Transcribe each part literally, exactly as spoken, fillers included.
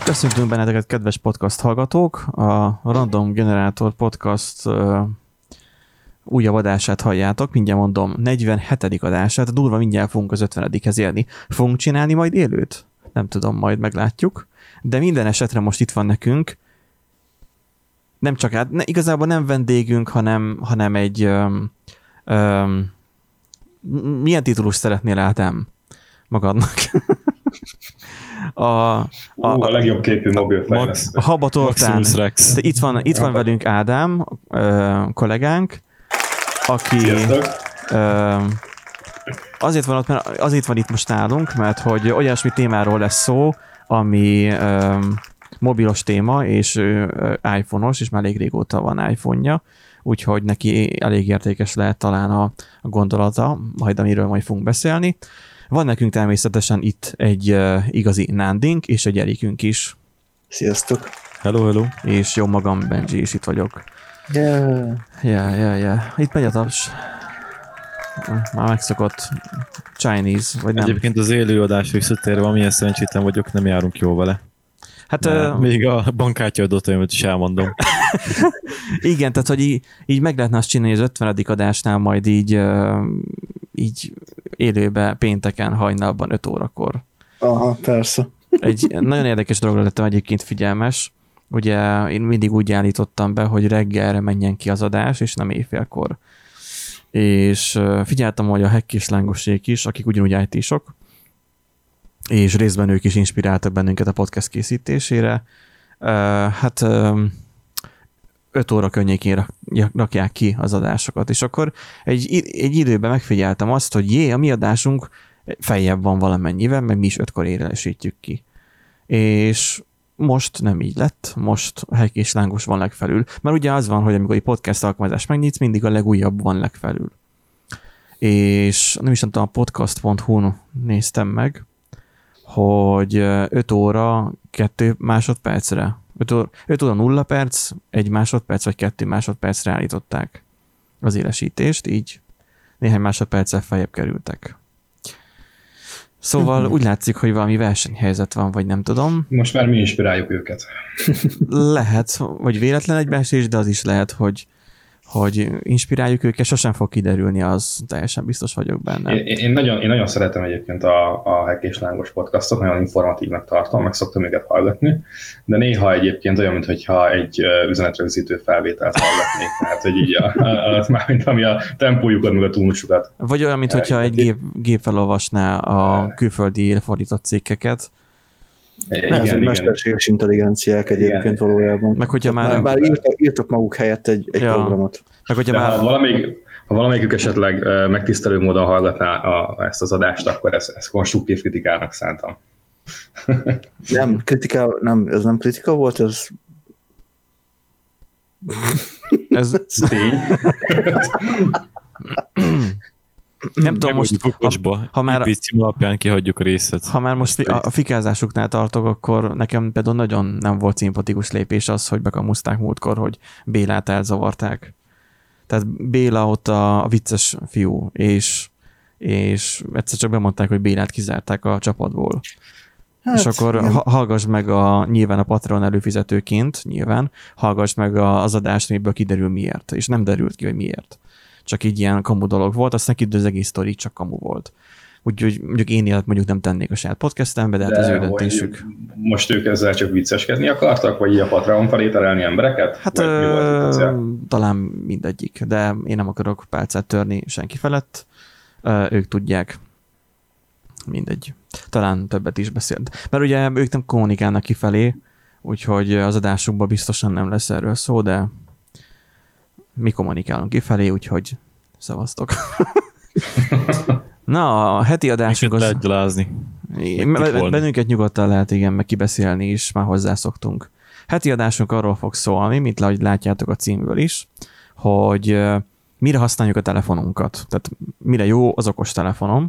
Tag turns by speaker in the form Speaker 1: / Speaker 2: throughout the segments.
Speaker 1: Köszöntünk benneteket, kedves podcast hallgatók! A Random Generator Podcast uh, újabb adását halljátok, mindjárt mondom, negyvenhetedik adását, durva mindjárt fogunk az ötvenedikhez élni. Fogunk csinálni majd élőt? Nem tudom, majd meglátjuk. De minden esetre most itt van nekünk, nem csak át, ne, igazából nem vendégünk, hanem, hanem egy um, um, milyen titulust szeretnél, Ádám, magadnak? A, a,
Speaker 2: a, a legjobb képű mobilfejlesztő.
Speaker 1: A Habatortán. Itt van, itt van velünk Ádám, ö, kollégánk, aki ö, azért van ott, mert azért van itt most nálunk, mert hogy olyasmi témáról lesz szó, ami ö, mobilos téma, és ö, iPhone-os, és már elég régóta van iPhone-ja, úgyhogy neki elég értékes lehet talán a, a gondolata, majd amiről majd fogunk beszélni. Van nekünk természetesen itt egy uh, igazi nándink, és egy Erikünk is.
Speaker 3: Sziasztok!
Speaker 1: Hello, hello! És jó magam, Benji, is itt vagyok.
Speaker 3: Yeah.
Speaker 1: Yeah, yeah, yeah. Itt megy a taps. Már megszokott Chinese, vagy nem.
Speaker 4: Egyébként az élőadás visszatérve, amilyen szerencsétlen vagyok, nem járunk jó vele. Hát, uh, még a bankkártya adótaimat is elmondom.
Speaker 1: Igen, tehát hogy így, így meg lehetne azt csinálni, az ötvenedik adásnál majd így, uh, így élőbe pénteken hajnalban öt órakor.
Speaker 3: Aha, persze.
Speaker 1: Egy nagyon érdekes dologra lettem egyébként figyelmes. Ugye én mindig úgy állítottam be, hogy reggelre menjen ki az adás, és nem éjfélkor. És uh, figyeltem, hogy a Hack és Lángosék is, akik ugyanúgy í té-sok, és részben ők is inspiráltak bennünket a podcast készítésére. Uh, hát um, öt óra környékén rakják ki az adásokat, és akkor egy, egy időben megfigyeltem azt, hogy jé, a mi adásunk feljebb van valamennyivel, meg mi is ötkor érelesítjük ki. És most nem így lett, most Hack és Lángos van legfelül. Mert ugye az van, hogy amikor egy podcast alkalmazást megnyitsz, mindig a legújabb van legfelül. És nem is tudom, a podcast pont hu-n néztem meg, hogy öt óra kettő másodpercre, öt óra nulla perc, egy másodperc vagy kettő másodpercre állították az élesítést, így néhány másodperccel feljebb kerültek. Szóval úgy látszik, hogy valami versenyhelyzet van, vagy nem tudom.
Speaker 2: Most már mi inspiráljuk őket.
Speaker 1: Lehet, vagy véletlen egybeesés, de az is lehet, hogy hogy inspiráljuk őket, sosem fog kiderülni, az teljesen biztos vagyok benne.
Speaker 2: Én, én, nagyon, én nagyon szeretem egyébként a, a Hack és Lángos podcastot, nagyon informatívnak tartom, meg szoktam őket hallgatni, de néha egyébként olyan, mintha egy üzenetrögzítő felvételt hallgatnék, tehát hogy így a, a, a, mármint ami a tempójukat, meg a túlsukat.
Speaker 1: Vagy olyan, mintha egy gép, gép felolvasná a külföldi fordított cikkeket.
Speaker 3: Igen, igen, mesterséges intelligenciák egyébként igen. Valójában.
Speaker 1: Meg hogyha már,
Speaker 3: már, már írtak, írtak maguk helyett egy, egy ja. programot.
Speaker 1: Meg hogyha már...
Speaker 2: ha, valamelyik, ha valamelyikük esetleg megtisztelő módon hallgatná a, ezt az adást, akkor ezt, ezt konstruktív kritikának szántam.
Speaker 3: Nem, kritika, nem, ez nem kritika volt, ez...
Speaker 1: ez
Speaker 2: tény.
Speaker 1: Nem tudom, most,
Speaker 4: ha, ha már alapján kihagyjuk a részet.
Speaker 1: Ha már most a, a fikázásuknál tartok, akkor nekem például nagyon nem volt szimpatikus lépés az, hogy bekamuszták múltkor, hogy Bélát elzavarták. Tehát Béla ott a, a vicces fiú, és, és egyszer csak bemondták, hogy Bélát kizárták a csapatból. Hát, és akkor igen. hallgass meg a, nyilván a Patreon előfizetőként, nyilván, hallgass meg az adást, amiből kiderül miért. És nem derült ki, hogy miért. Csak így ilyen kamu dolog volt, aztán kidő az egész sztori csak kamu volt. Úgyhogy mondjuk én élet mondjuk nem tennék a saját podcastembe, de hát az ő döntésük.
Speaker 2: Most ők ezzel csak vicceskedni akartak, vagy így a Patreon felé terelni embereket?
Speaker 1: Hát ö, talán mindegyik, de én nem akarok pálcát törni senki felett. Ö, ők tudják. Mindegy. Talán többet is beszélt. Mert ugye ők nem kommunikálnak kifelé, úgyhogy az adásukban biztosan nem lesz erről szó, de mi kommunikálunk kifelé, úgyhogy szavaztok. Na, a heti adásunk az...
Speaker 4: lehet gyalázni.
Speaker 1: Bennünket nyugodtan lehet, igen, meg kibeszélni is, már hozzászoktunk. Heti adásunk arról fog szólni, mint ahogy látjátok a címből is, hogy mire használjuk a telefonunkat. Tehát mire jó az okos telefonom.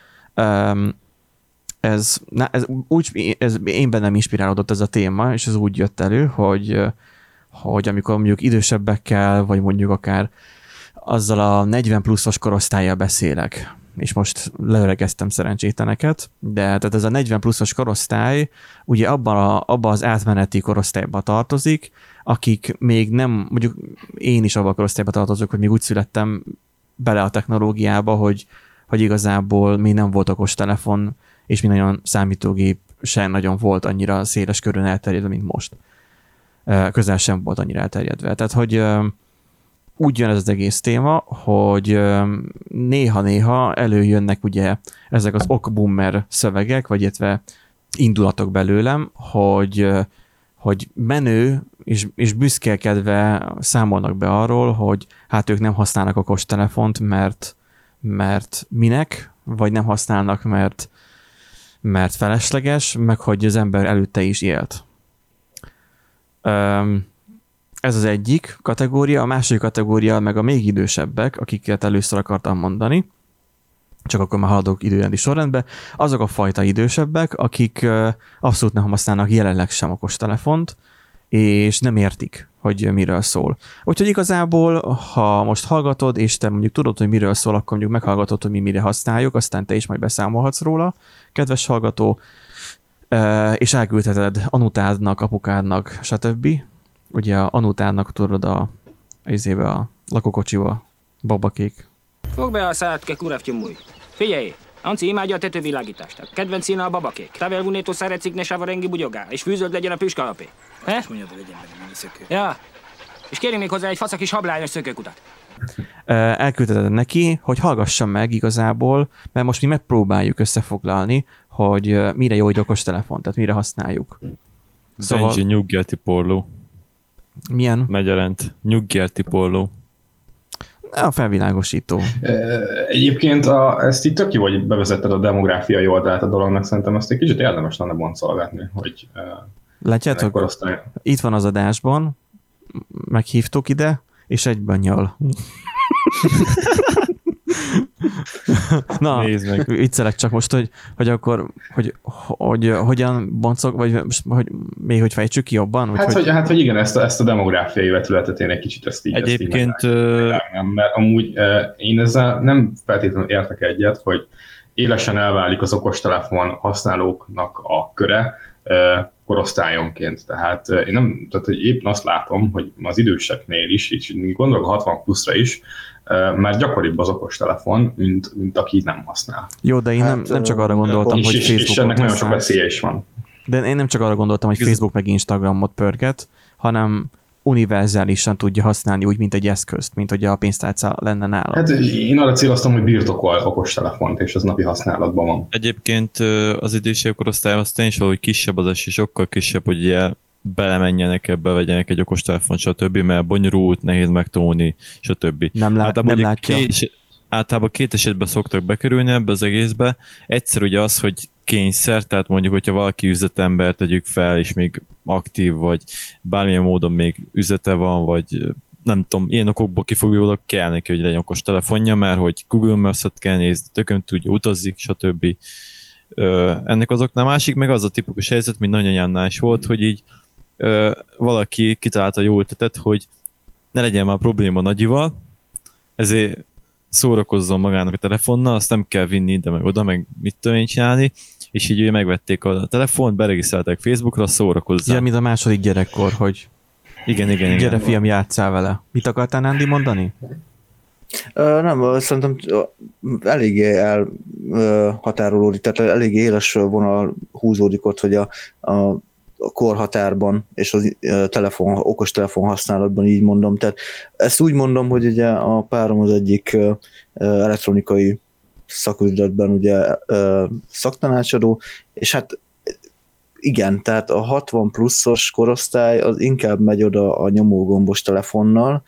Speaker 1: Ez, na, ez úgy, ez én bennem inspirálódott ez a téma, és ez úgy jött elő, hogy hogy amikor mondjuk idősebbekkel, vagy mondjuk akár azzal a negyven pluszos korosztállyal beszélek, és most leöregeztem szerencsétleneket, de tehát ez a negyven pluszos korosztály ugye abban, a, abban az átmeneti korosztályban tartozik, akik még nem, mondjuk én is abban a korosztályban tartozok, hogy még úgy születtem bele a technológiába, hogy, hogy igazából még nem volt okostelefon, és még nagyon számítógép sem nagyon volt annyira széles körön elterjedve, mint most. Közel sem volt annyira elterjedve. Tehát, hogy úgy jön ez az egész téma, hogy néha-néha előjönnek ugye ezek az okboomer szövegek, vagy illetve indulatok belőlem, hogy, hogy menő és, és büszkélkedve számolnak be arról, hogy hát ők nem használnak okostelefont, mert, mert minek, vagy nem használnak, mert, mert felesleges, meg hogy az ember előtte is élt. Ez az egyik kategória, a másik kategória meg a még idősebbek, akiket először akartam mondani, csak akkor már haladok időrendi sorrendbe, azok a fajta idősebbek, akik abszolút nem használnak jelenleg sem okostelefont, és nem értik, hogy miről szól. Úgyhogy igazából, ha most hallgatod, és te mondjuk tudod, hogy miről szól, akkor mondjuk meghallgatod, hogy mi mire használjuk, aztán te is majd beszámolhatsz róla, kedves hallgató, és elküldheted anutádnak, apukádnak, stb. Ugye a anutádnak tudod a, a, a lakókocsiba, babakék.
Speaker 5: Fogd be a szád, ke kuravtyú múj. Figyelj, Anci imádja a tetővilágítást. A kedvenc színe a babakék. Travel vunétó szárecik ne savarengi bugyogá, és fűzöld legyen a püskalapé. He?
Speaker 6: És mondjad, hogy legyen benne mini szökő.
Speaker 5: Ja, és kérjünk még hozzá egy fasz a kis hablányos szökőkutat.
Speaker 1: Elküldheted neki, hogy hallgassam meg igazából, mert most mi megpróbáljuk összefoglalni, hogy mire jó egy okostelefon, tehát mire használjuk.
Speaker 4: Szóval... Benji nyuggerti porló.
Speaker 1: Milyen?
Speaker 4: Megjelent. Nyuggerti porló.
Speaker 1: A felvilágosító.
Speaker 2: Egyébként a, ezt itt tök jó, hogy bevezetted a demográfiai oldalát a dolognak, szerintem ezt egy kicsit érdemes lenne boncolgatni, hogy
Speaker 1: látjátok?
Speaker 2: Korosztály...
Speaker 1: Itt van az adásban, meghívtuk ide, és egyben nyal. Na, viccelek csak most, hogy, hogy akkor, hogy, hogy hogyan boncok, vagy hogy még hogy fejtsük ki jobban?
Speaker 2: Hát, hogy, hogy, hát, hogy igen, ezt a, ezt a demográfiai vetületet én egy kicsit ezt így
Speaker 4: egyébként
Speaker 2: ezt így megállom, mert amúgy én ezzel nem feltétlenül értek egyet, hogy élesen elválik az okostelefon használóknak a köre korosztályonként. Tehát én nem, tehát hogy éppen azt látom, hogy az időseknél is, és gondolok a hatvan pluszra is, már gyakoribb az okostelefon, mint, mint aki nem használ.
Speaker 1: Jó, de én hát, nem, nem csak arra gondoltam,
Speaker 2: és,
Speaker 1: hogy
Speaker 2: és,
Speaker 1: Facebookot
Speaker 2: és ennek nagyon sok veszélye is van.
Speaker 1: De én nem csak arra gondoltam, hogy Facebook meg Instagramot pörget, hanem univerzálisan tudja használni úgy, mint egy eszközt, mint hogy a pénztárca lenne nála.
Speaker 2: Hát én arra céloztam, hogy birtokol okostelefont, és az napi használatban van.
Speaker 4: Egyébként az idősebb korosztály aztán is valahogy kisebb az esély, sokkal kisebb, hogy ugye belemenjenek ebbe, vegyenek egy okostelefont, stb., mert bonyolult, nehéz megtanulni, stb.
Speaker 1: Nem, lát, nem látja.
Speaker 4: Két, általában két esetben szoktak bekerülni ebbe az egészbe. Egyszer ugye az, hogy kényszer, tehát mondjuk, hogyha valaki üzletember tegyük fel, és még aktív, vagy bármilyen módon még üzlete van, vagy nem tudom, ilyen okokból kifolyólag kell neki, hogy legyen okos telefonja, mert hogy Google Maps-et kell nézni, tökön tudja, utazik, stb. Ennek azoknál másik, meg az a tipikus helyzet, mint nagyanyámnál is volt, hogy így ö, valaki kitalálta jó ötletet, hogy ne legyen már probléma nagyival, ezért szórakozzon magának a telefonnal, azt nem kell vinni ide meg oda, meg mit tudom én csinálni, és így megvették a telefont, beregisztrálták Facebookra, szórakozzál.
Speaker 1: Ja, mint a második gyerekkor, hogy
Speaker 4: igen, igen, igen.
Speaker 1: Gyere fiam, játsszál vele. Mit akartál, Andy, mondani?
Speaker 3: Uh, nem, szerintem eléggé elhatárolódik, tehát eléggé éles vonal húzódik ott, hogy a, a a korhatárban és az telefon, okos telefon használatban, így mondom. Tehát ezt úgy mondom, hogy ugye a párom az egyik elektronikai szaküzletben ugye szaktanácsadó, és hát igen, tehát a hatvan pluszos korosztály az inkább megy oda a nyomógombos telefonnal,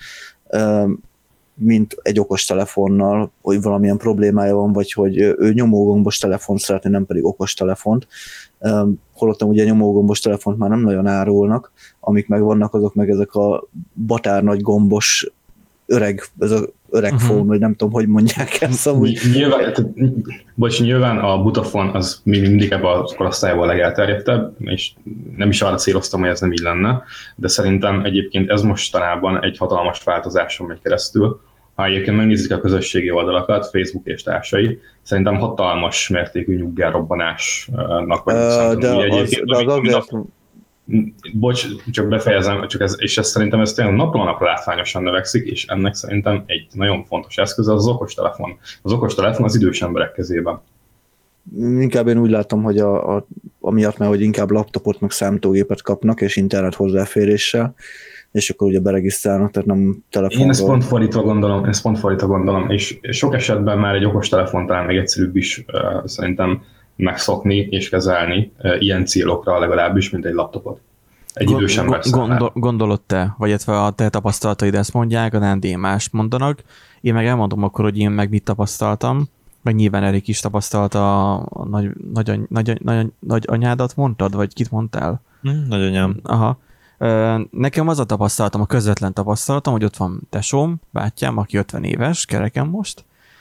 Speaker 3: mint egy okos telefonnal, hogy valamilyen problémája van, vagy hogy ő nyomógombos telefont szeretné, nem pedig okos telefont. Holottam ugye nyomógombos telefont már nem nagyon árulnak, amik meg vannak, azok meg ezek a batár nagy gombos öreg, ez az öreg uh-huh. phone, vagy nem tudom, hogy mondják ezt. Amúgy.
Speaker 2: Nyilván, bocs, nyilván a butafon az mindig ebben a korosztályban a legelterjedtebb, és nem is arra céloztam, hogy ez nem így lenne, de szerintem egyébként ez mostanában egy hatalmas változáson megy keresztül, ha egyébként megnézik a közösségi oldalakat, Facebook és társai, szerintem hatalmas mértékű nyuggerrobbanásnak vagyunk
Speaker 3: uh, de, az, de az azért...
Speaker 2: Bocs, csak befejezem, csak ez, és ez szerintem ez tényleg napról napra látványosan növekszik, és ennek szerintem egy nagyon fontos eszköz az, az okostelefon. Az okostelefon az idős emberek kezében.
Speaker 3: Inkább én úgy látom, hogy a, a, amiatt, mert hogy inkább laptopot meg számítógépet kapnak, és internet hozzáféréssel, és akkor ugye beregisztrálnak, tehát nem telefonról.
Speaker 2: Én ezt pont fordítva gondolom, ezt pont fordítva gondolom, és sok esetben már egy okostelefon talán még egyszerűbb is uh, szerintem megszokni és kezelni uh, ilyen célokra legalábbis, mint egy laptopot. Egy
Speaker 1: Go-
Speaker 2: idős ember
Speaker 1: go- gondol, Gondolod te, vagy a te tapasztalataid ezt mondják, a Nándi mást mondanak. Én meg elmondom akkor, hogy én meg mit tapasztaltam, meg nyilván Erik is tapasztalta a nagy, nagy, nagy, nagy, nagy anyádat mondtad, vagy kit mondtál?
Speaker 4: Hm, nagyanyám.
Speaker 1: Aha. Nekem az a tapasztalatom, a közvetlen tapasztalatom, hogy ott van tesóm, bátyám, aki ötven éves, kereken most,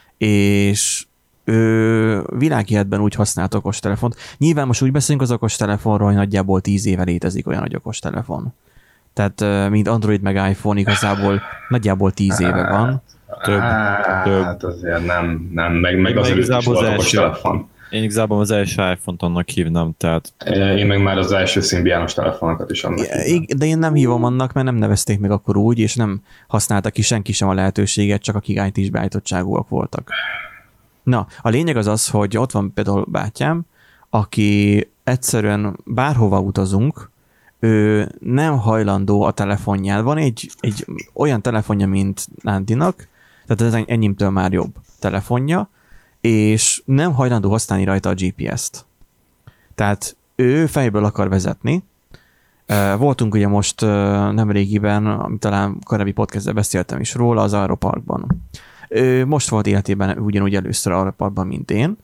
Speaker 1: és ő világéletben úgy használt okostelefont. Nyilván most úgy beszélünk az okostelefonról, hogy nagyjából tíz éve létezik olyan nagy okostelefon. Tehát mint Android meg iPhone igazából nagyjából tíz éve van.
Speaker 2: Több, hát több. Azért nem, nem, meg, meg azért is volt okostelefon.
Speaker 4: Én igazából az első iPhone-t annak hívnám, tehát...
Speaker 2: Én meg már az első szimbiános telefonokat is annak hívnám.
Speaker 1: De én nem hívom annak, mert nem nevezték meg akkor úgy, és nem használta ki senki sem a lehetőséget, csak akik í té-s beállítottságúak voltak. Na, a lényeg az az, hogy ott van például bátyám, aki egyszerűen bárhova utazunk, ő nem hajlandó a telefonján. Van egy, egy olyan telefonja, mint Nándinak, tehát ez enyémtől már jobb telefonja, és nem hajlandó használni rajta a gé pé es-t. Tehát ő fejből akar vezetni. Voltunk ugye most nemrégiben, talán korábbi podcastben beszéltem is róla, az Aeroparkban. Ő most volt életében ugyanúgy először Aeroparkban, mint én,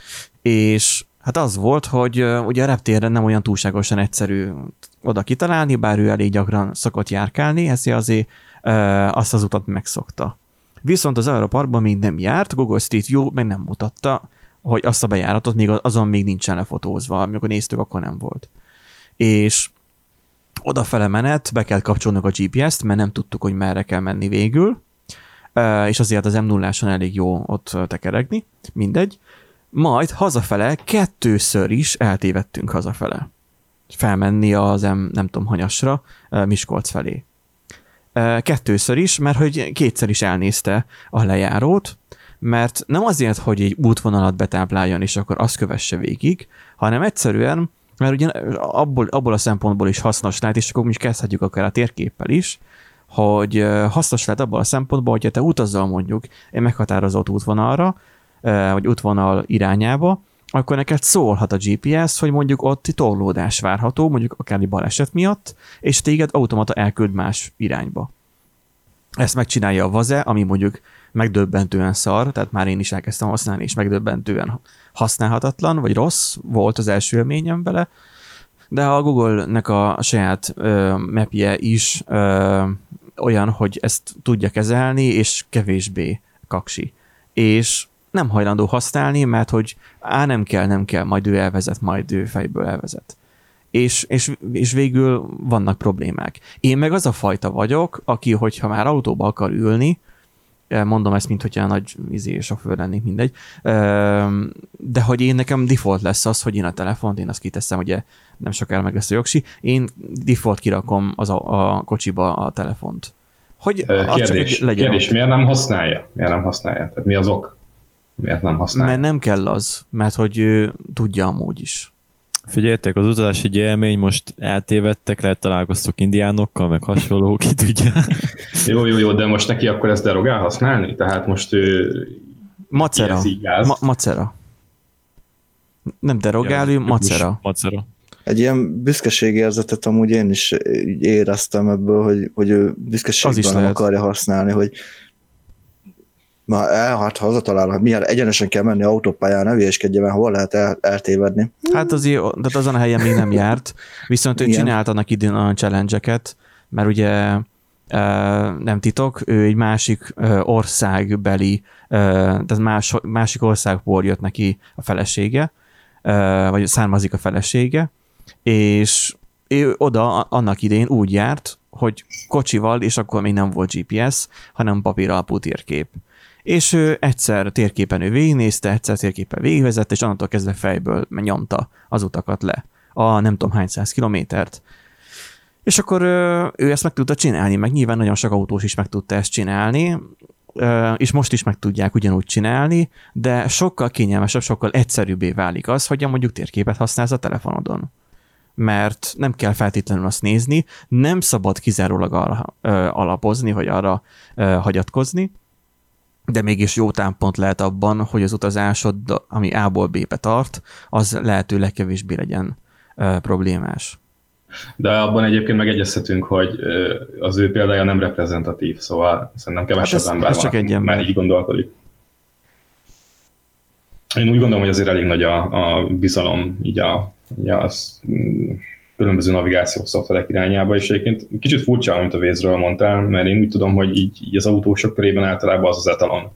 Speaker 1: és hát az volt, hogy ugye a reptérre nem olyan túlságosan egyszerű oda kitalálni, bár ő elég gyakran szokott járkálni, ezért azért azt az utat megszokta. Viszont az Aeroparkban még nem járt, Google Street View meg nem mutatta, hogy azt a bejáratot még azon még nincsen lefotózva, amikor néztük, akkor nem volt. És odafele menet, be kell kapcsolnunk a gé pé es-t, mert nem tudtuk, hogy merre kell menni végül, és azért az em nulláson elég jó ott tekeregni, mindegy. Majd hazafele kettőször is eltévedtünk hazafele. Felmenni az M, nem tudom, hanyasra, Miskolc felé. Kettőször is, mert hogy kétszer is elnézte a lejárót, mert nem azért, hogy egy útvonalat betápláljon, és akkor azt kövesse végig, hanem egyszerűen, mert ugye abból, abból a szempontból is hasznos lehet, és akkor is kezdhetjük akár a térképpel is, hogy hasznos lehet abból a szempontból, hogyha te utazzal mondjuk egy meghatározott útvonalra, vagy útvonal irányába, akkor neked szólhat a gé pé es, hogy mondjuk ott torlódás várható, mondjuk akár egy baleset miatt, és téged automata elküld más irányba. Ezt megcsinálja a Vaze, ami mondjuk megdöbbentően szar, tehát már én is elkezdtem használni, és megdöbbentően használhatatlan, vagy rossz volt az első élményem vele, de a Google-nek a saját ö, mapje is ö, olyan, hogy ezt tudja kezelni, és kevésbé kaksi. És nem hajlandó használni, mert hogy á, nem kell, nem kell, majd ő elvezet, majd ő fejből elvezet. És, és, és végül vannak problémák. Én meg az a fajta vagyok, aki, hogyha már autóba akar ülni, mondom ezt, mint hogyha nagy izé sofőr lennék, mindegy, de hogy én nekem default lesz az, hogy én a telefont, én azt kiteszem, ugye nem sokára meg lesz a jogsi, én default kirakom az a, a kocsiba a telefont. Hogy
Speaker 2: kérdés, csak kérdés miért nem használja? Miért nem használja? Tehát mi az ok? Miért nem használja?
Speaker 1: Mert nem kell az, mert hogy ő tudja amúgy is.
Speaker 4: Figyeljetek, az utazási egy élmény, most eltévedtek, lehet találkoztok indiánokkal, meg hasonló, ki tudja.
Speaker 2: Jó, jó, jó, de most neki akkor ezt derogál használni? Tehát most ő...
Speaker 1: Macera. Ma- macera. Nem derogál, ő macera.
Speaker 4: Macera.
Speaker 3: Egy ilyen büszkeségérzetet amúgy én is éreztem ebből, hogy, hogy ő büszkeségben nem akarja használni, hogy már el, hát hazatalál, hogy milyen egyenesen kell menni autópályán, ne hülyéskedjen, mert hol lehet el, eltévedni.
Speaker 1: Hát azért, de azon a helyen még nem járt, viszont ő igen. Csinált annak idén olyan challenge-eket, mert ugye nem titok, ő egy másik országbeli, tehát más, másik országból jött neki a felesége, vagy származik a felesége, és ő oda annak idején úgy járt, hogy kocsival, és akkor még nem volt gé pé es, hanem papír alapú térkép. És ő egyszer térképen ő végignézte, egyszer térképen végigvezette, és onnantól kezdve fejből nyomta az utakat le. A nem tudom hány száz kilométert. És akkor ő ezt meg tudta csinálni, meg nyilván nagyon sok autós is meg tudta ezt csinálni, és most is meg tudják ugyanúgy csinálni, de sokkal kényelmesebb, sokkal egyszerűbbé válik az, hogy mondjuk térképet használsz a telefonodon. Mert nem kell feltétlenül azt nézni, nem szabad kizárólag alapozni, vagy arra hagyatkozni, de mégis jó támpont lehet abban, hogy az utazásod, ami A-ból B-be tart, az lehető legkevésbé legyen problémás.
Speaker 2: De abban egyébként megegyezhetünk, hogy az ő példája nem reprezentatív, szóval szerintem kevesebb hát ember van, csak már így gondolkodik. Én úgy gondolom, hogy azért elég nagy a, a bizalom így a, így a különböző navigációs szoftverek irányába, és egyébként kicsit furcsa, amit a Waze-ről mondtál, mert én úgy tudom, hogy így, így az autósok körében általában az az etalon.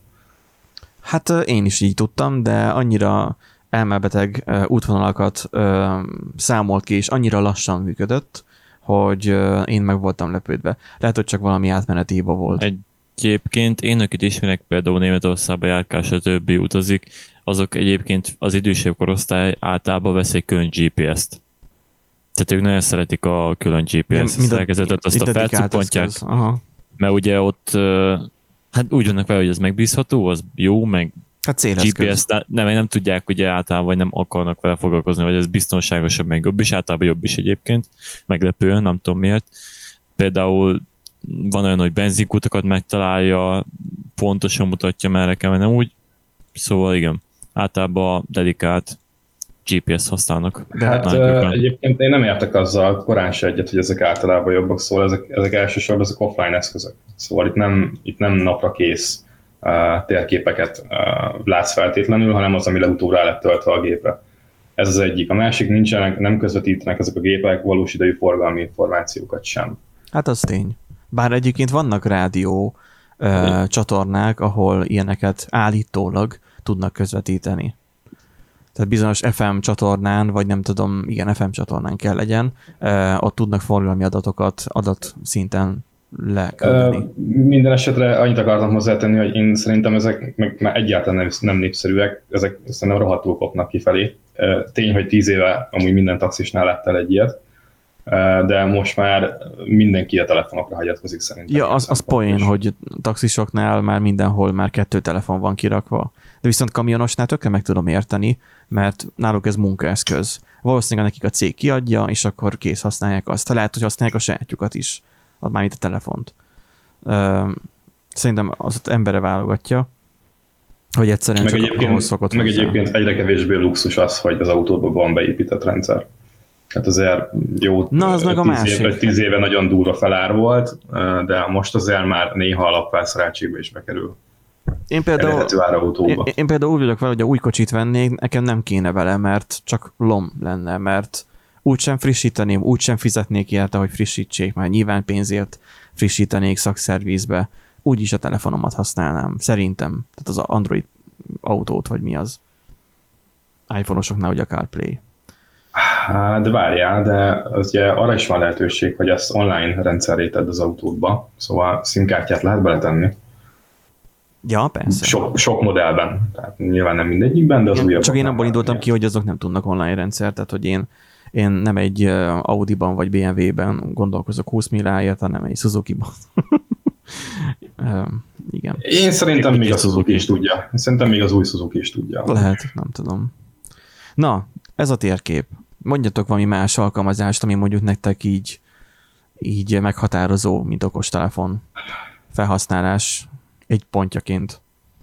Speaker 2: Hát
Speaker 1: én is így tudtam, de annyira elmebeteg útvonalakat számolt ki, és annyira lassan működött, hogy én meg voltam lepődve. Lehet, hogy csak valami átmeneti hiba volt.
Speaker 4: Egyébként én, akit ismerek, például Németországban járkás, a többi utazik, azok egyébként az idősebb korosztály általában veszik külön gé pé es-t. Tehát ők nagyon szeretik a külön gé pé es szerkezetet, azt a felcuppontják, mert ugye ott hát úgy vannak vele, hogy ez megbízható, az jó, meg
Speaker 1: hát
Speaker 4: gé pé es nem, nem tudják ugye általában, vagy nem akarnak vele foglalkozni, vagy ez biztonságosabb, meg jobb is, általában jobb is egyébként, meglepően, nem tudom miért. Például van olyan, hogy benzinkutakat megtalálja, pontosan mutatja, merre kell menni, úgy, szóval igen, általában dedikált gé pé es használnak.
Speaker 2: De hát uh, egyébként én nem értek azzal korán se egyet, hogy ezek általában jobbak, szóval ezek, ezek elsősorban ezek offline eszközök. Szóval itt nem, itt nem napra kész uh, térképeket uh, látsz feltétlenül, hanem az, ami legutóbb rá lett töltve a gépre. Ez az egyik. A másik, nincsenek, nem közvetítenek ezek a gépek valós idejű forgalmi információkat sem.
Speaker 1: Hát az tény. Bár egyébként vannak rádió uh, csatornák, ahol ilyeneket állítólag tudnak közvetíteni. Tehát bizonyos ef em csatornán, vagy nem tudom, igen, ef em csatornán kell legyen, uh, ott tudnak forgalmi adatokat adatszinten leküldeni. Uh,
Speaker 2: minden esetre annyit akartam hozzátenni, hogy én szerintem ezek meg már egyáltalán nem népszerűek, ezek szerintem rohadtul kopnak kifelé. Uh, tény, hogy tíz éve amúgy minden taxisnál láttál egy ilyet, uh, de most már mindenki a telefonokra hagyatkozik szerintem.
Speaker 1: Ja, az, az poén, hogy taxisoknál már mindenhol már kettő telefon van kirakva. De viszont kamionosnál tökre meg tudom érteni, mert náluk ez munkaeszköz. Valószínűleg nekik a cég kiadja, és akkor kész használják azt. Lehet, hogy használják a sajátjukat is, már itt a telefont. Szerintem az embere válogatja, hogy egyszerűen
Speaker 2: meg
Speaker 1: csak ahhoz szokott
Speaker 2: Meg hozzá. Egyébként egyre kevésbé luxus az, hogy az autóban van beépített rendszer. Hát azért jó,
Speaker 1: Na, az meg a
Speaker 2: tíz, éve, tíz éve nagyon durva felár volt, de most azért már néha alapfelszereltségbe is bekerül.
Speaker 1: Én például, én, én például úgy vagyok vele, hogy a új kocsit vennék, nekem nem kéne vele, mert csak lom lenne, mert úgysem frissíteném, úgysem fizetnék érte, hogy frissítsék, mert nyilván pénzért frissítenék szakszervízbe, úgyis a telefonomat használnám, szerintem. Tehát az Android autót, vagy mi az? iPhone-osoknál ugye a CarPlay.
Speaker 2: Hát, de várjál, de az ugye arra is van lehetőség, hogy ezt online rendszerré tedd az autódba, szóval SIM-kártyát lehet beletenni.
Speaker 1: Ja, persze.
Speaker 2: Sok, sok modellben, tehát nyilván nem mindegyikben, de az újabb.
Speaker 1: Csak én abból indultam ki, hogy azok nem tudnak online rendszer, tehát hogy én, én nem egy Audi-ban vagy bé em vé-ben gondolkozok húsz milliáért, hanem egy Suzuki-ban. Igen.
Speaker 2: Én szerintem még a Suzuki is tudja. Szerintem még az új Suzuki is tudja.
Speaker 1: Lehet, nem tudom. Na, ez a térkép. Mondjatok valami más alkalmazást, ami mondjuk nektek így, így meghatározó, mint okostelefon felhasználás egy pontjaként.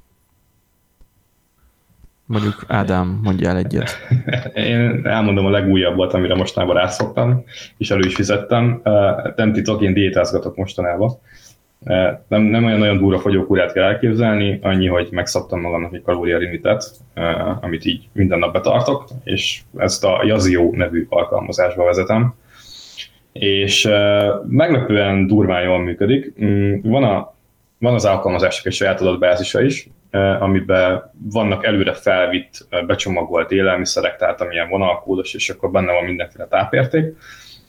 Speaker 1: Mondjuk Ádám, mondja el egyet.
Speaker 2: Én elmondom a legújabbat, amire mostanában rászoktam, és elő is fizettem. Nem titok, én diétázgatok mostanában. Nem, nem olyan nagyon durva fogyókúrát kell elképzelni, annyi, hogy megszabtam magamnak egy kalórialimitet, amit így minden nap betartok, és ezt a Yazio nevű alkalmazásba vezetem. És meglepően durván jól működik. Van, a, van az alkalmazások egy saját adatbázisa is, amiben vannak előre felvitt, becsomagolt élelmiszerek, tehát amilyen vonalkódos, és akkor benne van mindenféle tápérték.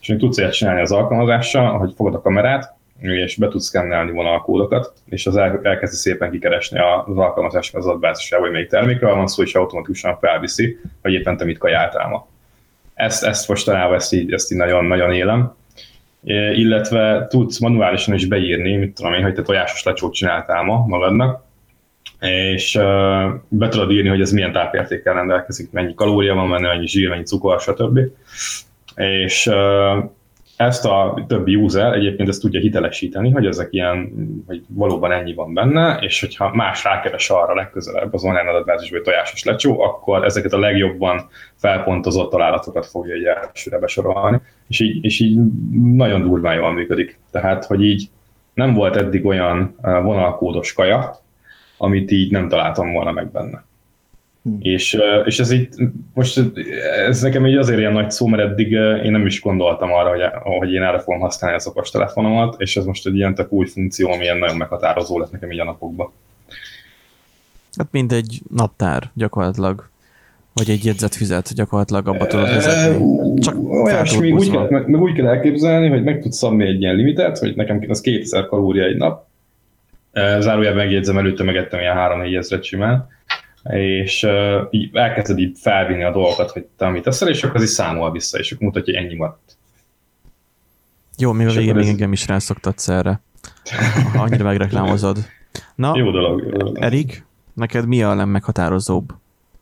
Speaker 2: és még tudsz ilyet csinálni az alkalmazással, hogy fogod a kamerát, és be tudsz szkennelni vonalkódokat, és az el, elkezdi szépen kikeresni az alkalmazásnak az adatbázisában, hogy melyik termékről van szó, és automatikusan felviszi, hogy éppen te mit kajáltál ma. Ezt, ezt mostanában ezt így, ezt így nagyon, nagyon élem. Illetve tudsz manuálisan is beírni, mit tudom én, hogy te tojásos lecsót csináltál ma magadnak, és uh, be tudod írni, hogy ez milyen tápértékkel rendelkezik, mennyi kalória van benne, mennyi zsír, mennyi cukor, stb. És uh, ezt a többi user egyébként ezt tudja hitelesíteni, hogy ezek ilyen, hogy valóban ennyi van benne, és hogyha más rákeres arra legközelebb az online adatbázisban, hogy tojásos lecsó, akkor ezeket a legjobban felpontozott találatokat fogja egy elsőre besorolni, és így, és így nagyon durván jól működik. Tehát, hogy így nem volt eddig olyan vonalkódos kaja, amit így nem találtam volna meg benne. Hmm. És, és ez így, most ez nekem így azért ilyen nagy szó, mert eddig én nem is gondoltam arra, hogy, hogy én erre fogom használni az okostelefonomat, és ez most egy ilyen tök új funkció, ami ilyen nagyon meghatározó lett nekem így a napokban.
Speaker 1: Hát mint egy naptár gyakorlatilag, vagy egy jegyzetfüzet gyakorlatilag abba tudod vezetni. Csak
Speaker 2: olyasmi, úgy kell, meg, meg úgy kell elképzelni, hogy meg tudsz szabni egy ilyen limitet, hogy nekem az kétezer kalória egy nap, zárójában megjegyzem, előtte megettem ilyen három-négy ezret simán, és uh, így elkezded így felvinni a dolgokat, hogy te amit teszel, és akkor az is számol vissza, és akkor mutatja, hogy ennyi maradt.
Speaker 1: Jó, még a végén még ez... engem is rászoktatsz erre. Annyira megreklámozod. Na,
Speaker 2: jó dolog, jó dolog.
Speaker 1: Erik, neked mi a legmeghatározóbb?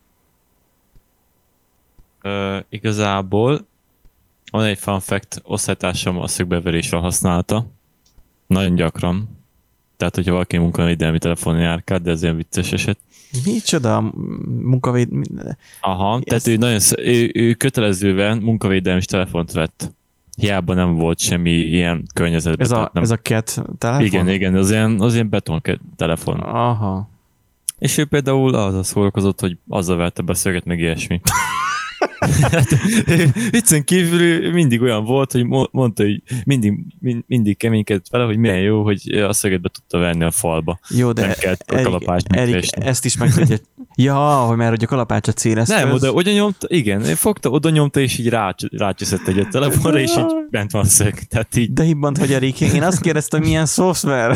Speaker 4: Uh, igazából van egy fun fact, osztálytársam a szögbeverésre használta. Nagyon gyakran. Tehát, hogyha valaki munkavédelmi telefonon járkál, de ez ilyen vicces eset.
Speaker 1: Micsoda munkavéd...
Speaker 4: Aha, yes. Tehát ő, nagyon, ő, ő kötelezően munkavédelmi telefont vett. Hiába nem volt semmi ilyen környezetben.
Speaker 1: Ez a,
Speaker 4: nem...
Speaker 1: ez a cat telefon?
Speaker 4: Igen, igen, az ilyen, az ilyen beton telefon.
Speaker 1: Aha.
Speaker 4: És ő például azzal szórakozott, hogy azzal vette be szöget, meg ilyesmi. Viccen kívül mindig olyan volt, hogy mondta, hogy mindig, mindig keménykedett vele, hogy milyen jó, hogy a szöget be tudta venni a falba.
Speaker 1: Jó, de Erik, Erik ezt is meg tudja. Ja, hogy már hogy a kalapács a céleszköz.
Speaker 4: Nem, oda, oda nyomta, igen, fogta, oda nyomta, és így rácsöszett egy telefonra, és így bent van a szög. Tehát így...
Speaker 1: De hibbant, hogy Erik, én azt kérdeztem, milyen szoftver.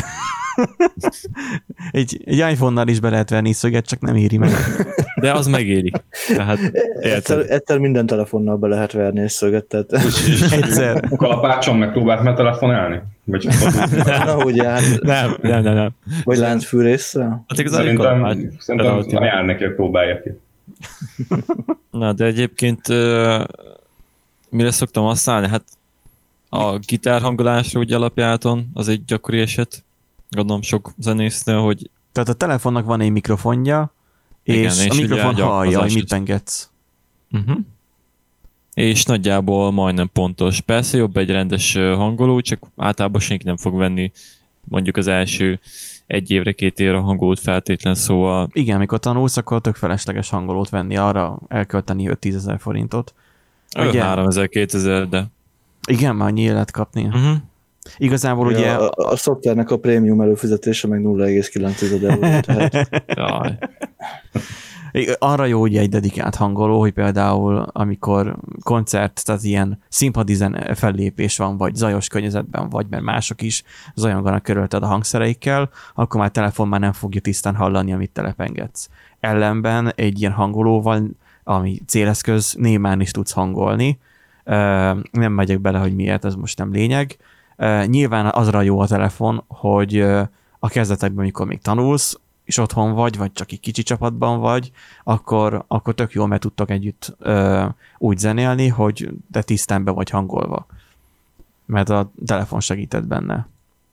Speaker 1: egy, egy iPhone-nal is be lehet venni szöget, csak nem éri meg.
Speaker 4: De az megéri. Tehát,
Speaker 3: egyszer, egyszer minden telefonnal be lehet verni egy szöget. Tehát...
Speaker 1: egyszer.
Speaker 2: A kalapácson megpróbált meg telefonálni? Vagy
Speaker 3: Na, ugye, hát...
Speaker 4: Nem, nem, nem, nem.
Speaker 3: Vagy láncfűrésszel?
Speaker 4: Hát
Speaker 2: szerintem, szerintem jár neki, hogy próbálja ki.
Speaker 4: Na, de egyébként uh, mire szoktam használni? Hát a gitárhangolásra úgy alapjáton, az egy gyakori eset. Gondolom sok zenésznél, hogy...
Speaker 1: Tehát a telefonnak van egy mikrofonja, és, igen, és a mikrofon hallja, hogy mit engedsz.
Speaker 4: Uh-huh. És nagyjából majdnem pontos. Persze jobb egy rendes hangoló, csak általában senki nem fog venni mondjuk az első egy évre, két évre hangolót feltétlen, szóval...
Speaker 1: Igen, amikor tanulsz, akkor tök felesleges hangolót venni, arra elkölteni öt-tízezer forintot.
Speaker 4: háromezer-kétezer, de...
Speaker 1: Igen, már annyi lehet kapni. Uh-huh. Igazából
Speaker 3: ja,
Speaker 1: ugye...
Speaker 3: A, a szoftvernek a prémium előfizetése meg nulla egész kilenc euró. Tehát...
Speaker 1: Arra jó ugye egy dedikált hangoló, hogy például amikor koncert, tehát ilyen színpadi zene fellépés van, vagy zajos környezetben vagy, mert mások is zajonganak körülted a hangszereikkel, akkor már telefon már nem fogja tisztán hallani, amit telepengedsz. Ellenben egy ilyen hangolóval, ami céleszköz, némán is tudsz hangolni. Nem megyek bele, hogy miért, ez most nem lényeg. Nyilván azra jó a telefon, hogy a kezdetekben, amikor még tanulsz, és otthon vagy, vagy csak egy kicsi csapatban vagy, akkor, akkor tök jól meg tudtok együtt ö, úgy zenélni, hogy te tisztán be vagy hangolva. Mert a telefon segített benne.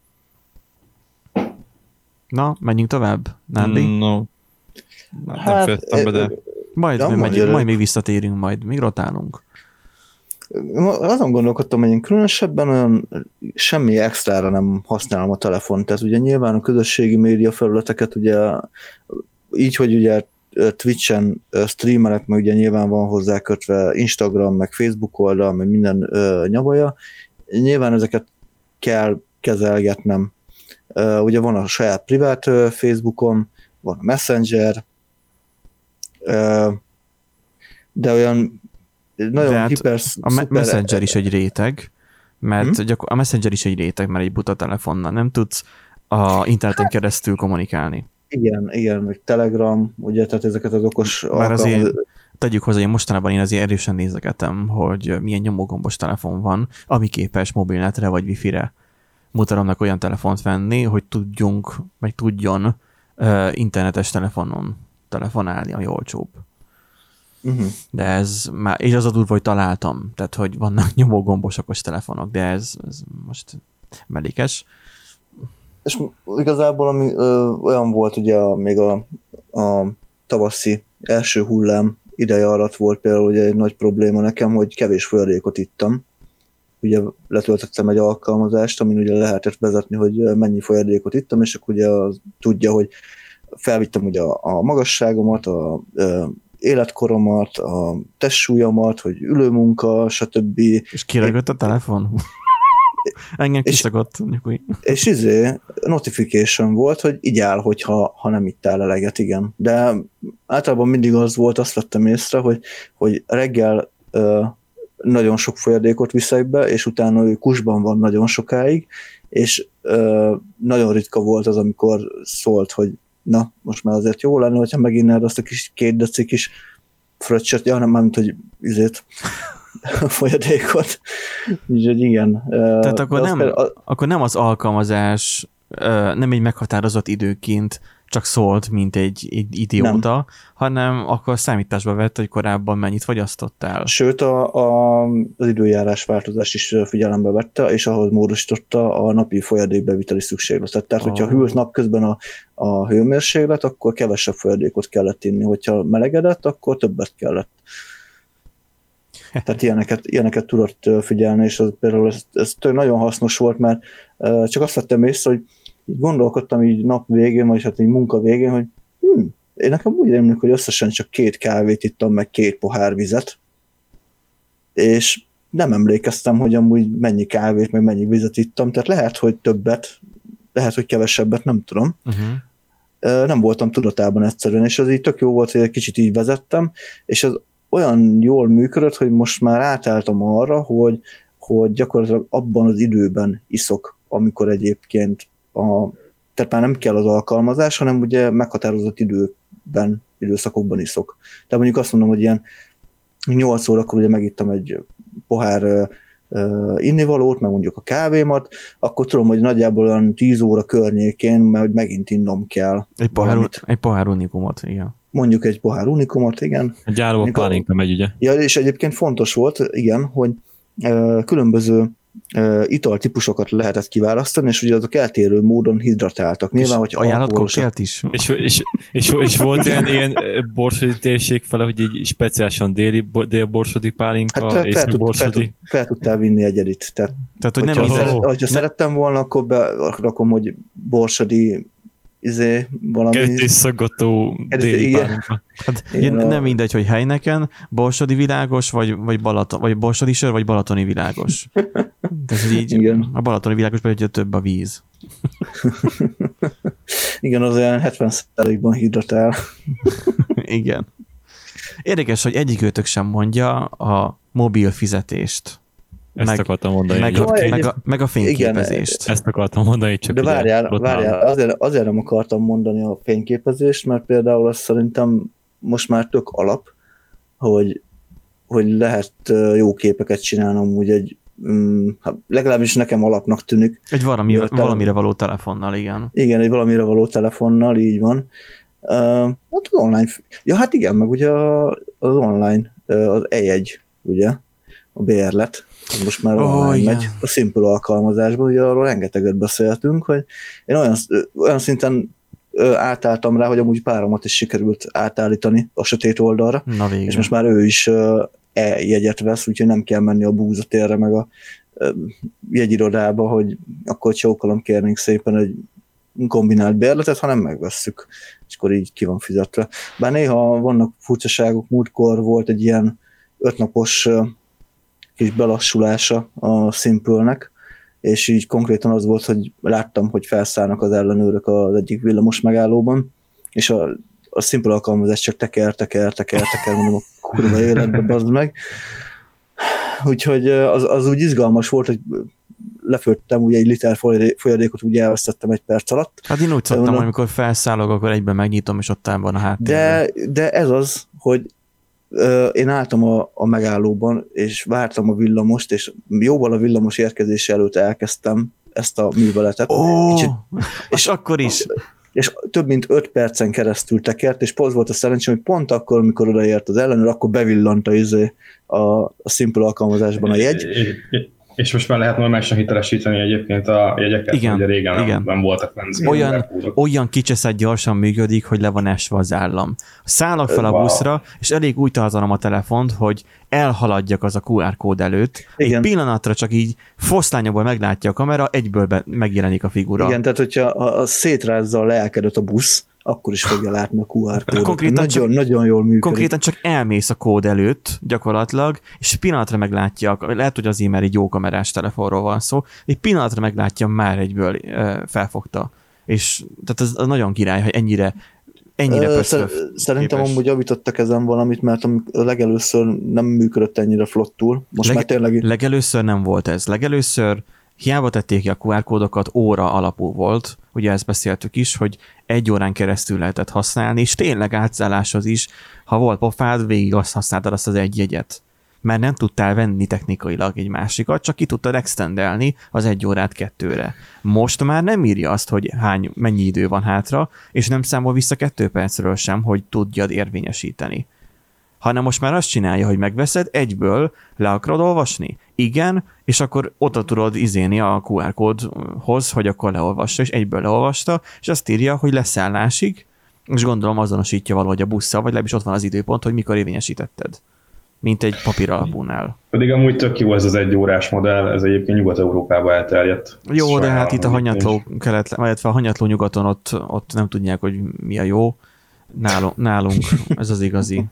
Speaker 1: Na, menjünk tovább, Nándi?
Speaker 4: No.
Speaker 3: Hát,
Speaker 4: nem féltem be, de...
Speaker 1: Majd,
Speaker 3: ja,
Speaker 1: megyünk, majd még visszatérünk, majd még rotálunk.
Speaker 3: Azon gondolkodtam, hogy én különösebben olyan semmi extrára nem használom a telefont. Tehát ugye nyilván a közösségi média felületeket ugye így, hogy ugye Twitch-en streamelek, meg ugye nyilván van hozzá kötve Instagram, meg Facebook oldal, meg minden ö, nyavaja. Nyilván ezeket kell kezelgetnem. Ö, ugye van a saját privát ö, Facebookom, van a Messenger, ö, de olyan nagyon
Speaker 1: hát
Speaker 3: hiper...
Speaker 1: a szuper... Messenger is egy réteg, Mert hmm. gyakor- a Messenger is egy réteg, mert egy buta telefonnal nem tudsz a interneten keresztül kommunikálni.
Speaker 3: Igen, igen, meg Telegram, ugye, tehát ezeket az okos
Speaker 1: Már azért tegyük hozzá, hogy mostanában én azért erősen nézegetem, hogy milyen nyomógombos telefon van, ami képes mobilnetre vagy wifi-re mutatomnak olyan telefont venni, hogy tudjunk, vagy tudjon uh, internetes telefonon telefonálni, ami olcsóbb. Uh-huh. De ez már, és az a durva, hogy találtam, tehát hogy vannak nyomógombos okos telefonok, de ez, ez most mellékes.
Speaker 3: És igazából ami ö, olyan volt ugye a, még a, a tavaszi első hullám ideje alatt volt például ugye egy nagy probléma nekem, hogy kevés folyadékot ittam. Ugye letöltöttem egy alkalmazást, amin ugye lehetett vezetni, hogy mennyi folyadékot ittam, és akkor ugye az, tudja, hogy felvittem ugye a, a magasságomat, a, a életkoromat, a testsúlyomat, hogy ülőmunka, stb.
Speaker 1: És kiragott a telefon? Engem kiszagott.
Speaker 3: És izé, notification volt, hogy így áll, hogyha, ha nem ittál eleget, igen. De általában mindig az volt, azt vettem észre, hogy, hogy reggel ö, nagyon sok folyadékot viszek be, és utána ő kusban van nagyon sokáig, és ö, nagyon ritka volt az, amikor szólt, hogy na, most már azért jó lenne, hogyha meginned azt a kis két deci kis fröccsöt, ja, nem mármint, hogy izét folyadékot. Úgyhogy igen.
Speaker 1: Tehát akkor nem, a... akkor nem az alkalmazás nem egy meghatározott időként csak szólt, mint egy, egy idióta, nem. hanem akkor számításba vett, hogy korábban mennyit fogyasztottál.
Speaker 3: Sőt, a, a, az időjárás változást is figyelembe vette, és ahhoz módosította a napi folyadékbeviteli szükségletet. Tehát, oh. hogyha hűlt napközben a, a hőmérséklet, akkor kevesebb folyadékot kellett inni. Hogyha melegedett, akkor többet kellett. Tehát ilyeneket, ilyeneket tudott figyelni, és az, például ez, ez nagyon hasznos volt, mert csak azt vettem észre, hogy így gondolkodtam így nap végén, vagy hát így munka végén, hogy hm, én nekem úgy rémlik, hogy összesen csak két kávét ittam, meg két pohár vizet, és nem emlékeztem, hogy amúgy mennyi kávét, meg mennyi vizet ittam, tehát lehet, hogy többet, lehet, hogy kevesebbet, nem tudom. Uh-huh. Nem voltam tudatában egyszerűen, és az így tök jó volt, hogy egy kicsit így vezettem, és az olyan jól működött, hogy most már átálltam arra, hogy, hogy gyakorlatilag abban az időben iszok, amikor egyébként a, tehát már nem kell az alkalmazás, hanem ugye meghatározott időben, időszakokban iszok. Tehát mondjuk azt mondom, hogy ilyen nyolc órakor ugye megittam egy pohár uh, innivalót, meg mondjuk a kávémat, akkor tudom, hogy nagyjából olyan tíz óra környékén, mert megint innom kell.
Speaker 1: Egy pohár, egy pohár unikumot, igen.
Speaker 3: Mondjuk egy pohár unikumot, igen.
Speaker 4: A gyáró a pálinka megy, ugye?
Speaker 3: Ja, és egyébként fontos volt, igen, hogy uh, különböző uh, italtípusokat lehetett kiválasztani, és ugye azok eltérő módon hidratáltak. Nyilván, hogy
Speaker 1: ajánlott koktélt is.
Speaker 4: És, és, és, és volt ilyen, ilyen borsodi térség fele, hogy így speciálisan déli, délborsodi pálinka, hát, északi borsodi. Fel,
Speaker 3: fel tudtál vinni egyedit. Tehát,
Speaker 1: Tehát hogy nem
Speaker 3: hogyha,
Speaker 1: íze,
Speaker 3: szeret, hogyha ne... szerettem volna, akkor berakom, hogy borsodi izé, valami...
Speaker 4: Kertészszaggató déli pálinka.
Speaker 1: Hát igen, nem mindegy, hogy Heineken, borsodi világos, vagy, vagy, Balaton, vagy borsodi sör, vagy balatoni világos. Tehát így igen. A balatoni világosban ugye több a víz.
Speaker 3: Igen, az olyan hetven százalékban hidratál.
Speaker 1: Igen. Érdekes, hogy egyikőtök sem mondja a mobil fizetést.
Speaker 4: Ezt
Speaker 1: meg,
Speaker 4: akartam mondani.
Speaker 1: Meg a, meg, a, meg a fényképezést.
Speaker 4: Igen, ezt akartam mondani, csak
Speaker 3: de várjál, várjál azért, azért nem akartam mondani a fényképezést, mert például azt szerintem most már tök alap, hogy, hogy lehet jó képeket csinálnom, úgy egy um, legalábbis nekem alapnak tűnik.
Speaker 1: Egy valami, valamire való telefonnal, igen.
Speaker 3: Igen, egy valamire való telefonnal, így van. Uh, hát az online, ja hát igen, meg ugye az online, az e jegy, ugye, a bérlet, most már
Speaker 1: oh,
Speaker 3: online megy a Simple alkalmazásban, ugye arról rengeteget beszéltünk, hogy én olyan, olyan szinten átálltam rá, hogy amúgy páromat is sikerült átállítani a sötét oldalra,
Speaker 1: na végre.
Speaker 3: És most már ő is e-jegyet vesz, úgyhogy nem kell menni a búzatérre, meg a jegyirodába, hogy akkor csókolom, kérnénk szépen egy kombinált bérletet, hanem megvesszük, és akkor így ki van fizetve. Bár néha vannak furcsaságok, múltkor volt egy ilyen ötnapos kis belassulása a Simple-nek, és így konkrétan az volt, hogy láttam, hogy felszállnak az ellenőrök az egyik villamos megállóban, és a, a Simple alkalmazás csak teker, teker, teker, teker, mondom, a kurva életbe, bazd meg. úgyhogy az, az úgy izgalmas volt, hogy lefőttem ugye egy liter folyadékot, úgy elvesztettem egy perc alatt.
Speaker 1: Hát én úgy szoktam, mondom, amikor felszállok, akkor egyben megnyitom, és ott van a háttérben.
Speaker 3: De, de ez az, hogy ö, én álltam a, a megállóban, és vártam a villamost, és jóval a villamos érkezése előtt elkezdtem ezt a műveletet.
Speaker 1: Ó,
Speaker 3: Kicsit,
Speaker 1: és akkor is.
Speaker 3: És több mint öt percen keresztül tekert, és az volt a szerencsém, hogy pont akkor, amikor odaért az ellenőr, akkor bevillant a, izé, a, a Simple alkalmazásban a jegy.
Speaker 2: És most már lehet normálisan hitelesíteni egyébként a jegyeket,
Speaker 1: igen,
Speaker 2: ugye régen
Speaker 1: igen.
Speaker 2: nem voltak benzin.
Speaker 1: Olyan, olyan kicseszett gyorsan működik, hogy le van esve az állam. Szállok fel a buszra, wow. és elég úgy tartanom a telefont, hogy elhaladjak az a kú ár kód előtt. Igen. Egy pillanatra csak így foszlányokból meglátja a kamera, egyből be, megjelenik a figura.
Speaker 3: Igen, tehát hogyha a, a szétrázza a leelkedőt a busz, akkor is fogja látni a kú ár kódot.
Speaker 1: Konkrétan
Speaker 3: nagyon,
Speaker 1: csak,
Speaker 3: nagyon jól működik.
Speaker 1: Konkrétan csak elmész a kód előtt gyakorlatilag, és pillanatra meglátja, lehet, hogy az már egy jó kamerás telefonról van szó, egy pillanatra meglátja, már egyből e, felfogta. És tehát ez, ez nagyon király, hogy ennyire ennyire
Speaker 3: Ö, szer- Szerintem képes. Amúgy javítottak ezen valamit, mert legelőször nem működött ennyire flottul. Most Leg- már tényleg...
Speaker 1: Legelőször nem volt ez. Legelőször hiába tették ki a kú ár kódokat, óra alapú volt, ugye ezt beszéltük is, hogy egy órán keresztül lehetett használni, és tényleg átszálláshoz is, ha volt pofád, végig azt használtad azt az egy jegyet. Mert nem tudtál venni technikailag egy másikat, csak ki tudtad extendelni az egy órát kettőre. Most már nem írja azt, hogy hány, mennyi idő van hátra, és nem számol vissza kettő percről sem, hogy tudjad érvényesíteni. Hanem most már azt csinálja, hogy megveszed, egyből le akarod olvasni. Igen, és akkor oda tudod izéni a kú ár kódhoz, hogy akkor leolvassa, és egyből leolvasta, és azt írja, hogy leszállásig, és gondolom azonosítja valahogy a busszal, vagy legalábbis ott van az időpont, hogy mikor érvényesítetted. Mint egy papír alapúnál.
Speaker 2: Pedig amúgy tök jó ez az egy órás modell, ez egyébként Nyugat-Európában elterjedt.
Speaker 1: Jó, de hát itt a hanyatló, kelet, illetve a hanyatló nyugaton ott, ott nem tudják, hogy mi a jó. Nálunk, nálunk ez az igazi.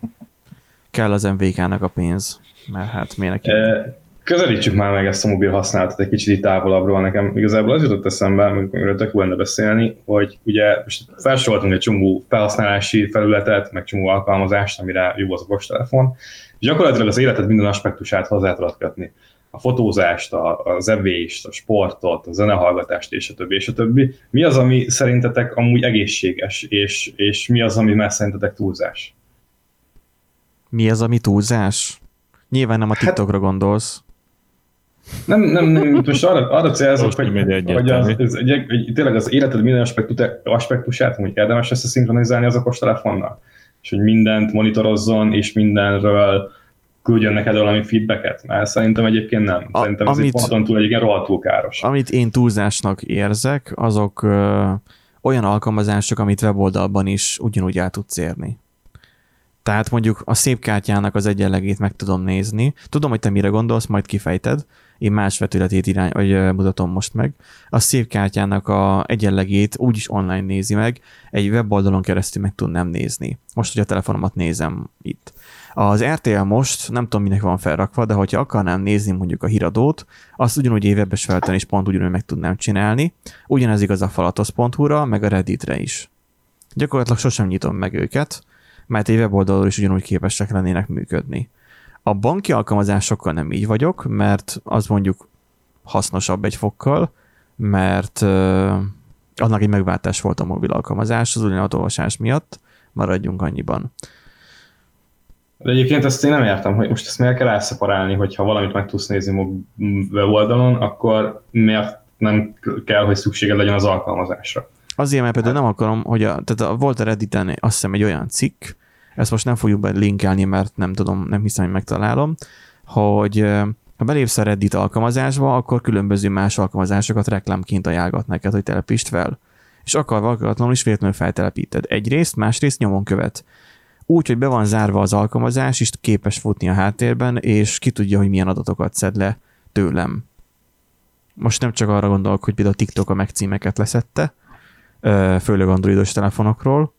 Speaker 1: Kell az em vé ká-nak a pénz, mert hát miért neki?
Speaker 2: Közelítsük már meg ezt a mobil használatot egy kicsit távolabbról. Nekem igazából az jutott eszembe, amikor tök jó lenne beszélni, hogy ugye most felsoroltunk egy csomó felhasználási felületet, meg csomó alkalmazást, amire jó az okostelefon, és gyakorlatilag az életed minden aspektusát hozzá tudod kötni. A fotózást, az evést, a sportot, a zenehallgatást, és a többi, és a többi. Mi az, ami szerintetek amúgy egészséges, és, és mi az, ami már szerintetek túlzás?
Speaker 1: Mi az, ami túlzás? Nyilván nem a TikTokra hát, gondolsz.
Speaker 2: Nem, nem, nem, most arra, arra célzok, hogy, hogy az, ez, egy, egy, tényleg az életed minden aspektusát hogy érdemes összeszinkronizálni az okostelefonnal, és hogy mindent monitorozzon, és mindenről küldjön neked valami feedbacket, mert szerintem egyébként nem. Szerintem a, ez amit, egy ponton túl egyébként rohadtul káros.
Speaker 1: Amit én túlzásnak érzek, azok ö, olyan alkalmazások, amit weboldalban is ugyanúgy el tudsz érni. Tehát mondjuk a szép kártyának az egyenlegét meg tudom nézni. Tudom, hogy te mire gondolsz, majd kifejted. Én más vetületét irány, vagy mutatom most meg. A szép kártyának a egyenlegét úgyis online nézi meg, egy weboldalon keresztül meg tudnám nézni. Most, hogy a telefonomat nézem itt. Az er té el most, nem tudom, minek van felrakva, de hogyha akarnám nézni mondjuk a híradót, azt ugyanúgy évebes felten is pont ugyanúgy meg tudnám csinálni. Ugyanez igaz a falatosz pont hu-ra, meg a Redditre is. Gyakorlatilag sosem nyitom meg őket, mert egy weboldalról is ugyanúgy képesek lennének működni. A banki alkalmazásokkal nem így vagyok, mert az mondjuk hasznosabb egy fokkal, mert uh, annak egy megváltás volt a mobil alkalmazás, az ugyanaz olvasás miatt, maradjunk annyiban.
Speaker 2: De egyébként ezt én nem értem, hogy most ezt miért kell elszeparálni, hogyha valamit meg tudsz nézni weboldalon, akkor miért nem kell, hogy szükséged legyen az alkalmazásra? Azért, mert
Speaker 1: például nem akarom, hogy a, tehát volt a Redditen azt hiszem egy olyan cikk, ezt most nem fogjuk be linkelni, mert nem tudom, nem hiszem, hogy megtalálom, hogy ha belépsz a Reddit alkalmazásba, akkor különböző más alkalmazásokat reklámként ajánlgat neked, hogy telepítsd fel. És akarva akaratlanul is véletlenül feltelepíted. Egyrészt, másrészt nyomon követ. Úgy, hogy be van zárva az alkalmazás, és képes futni a háttérben, és ki tudja, hogy milyen adatokat szed le tőlem. Most nem csak arra gondolok, hogy például a TikTok a megcímeket leszette, főleg androidos telefonokról,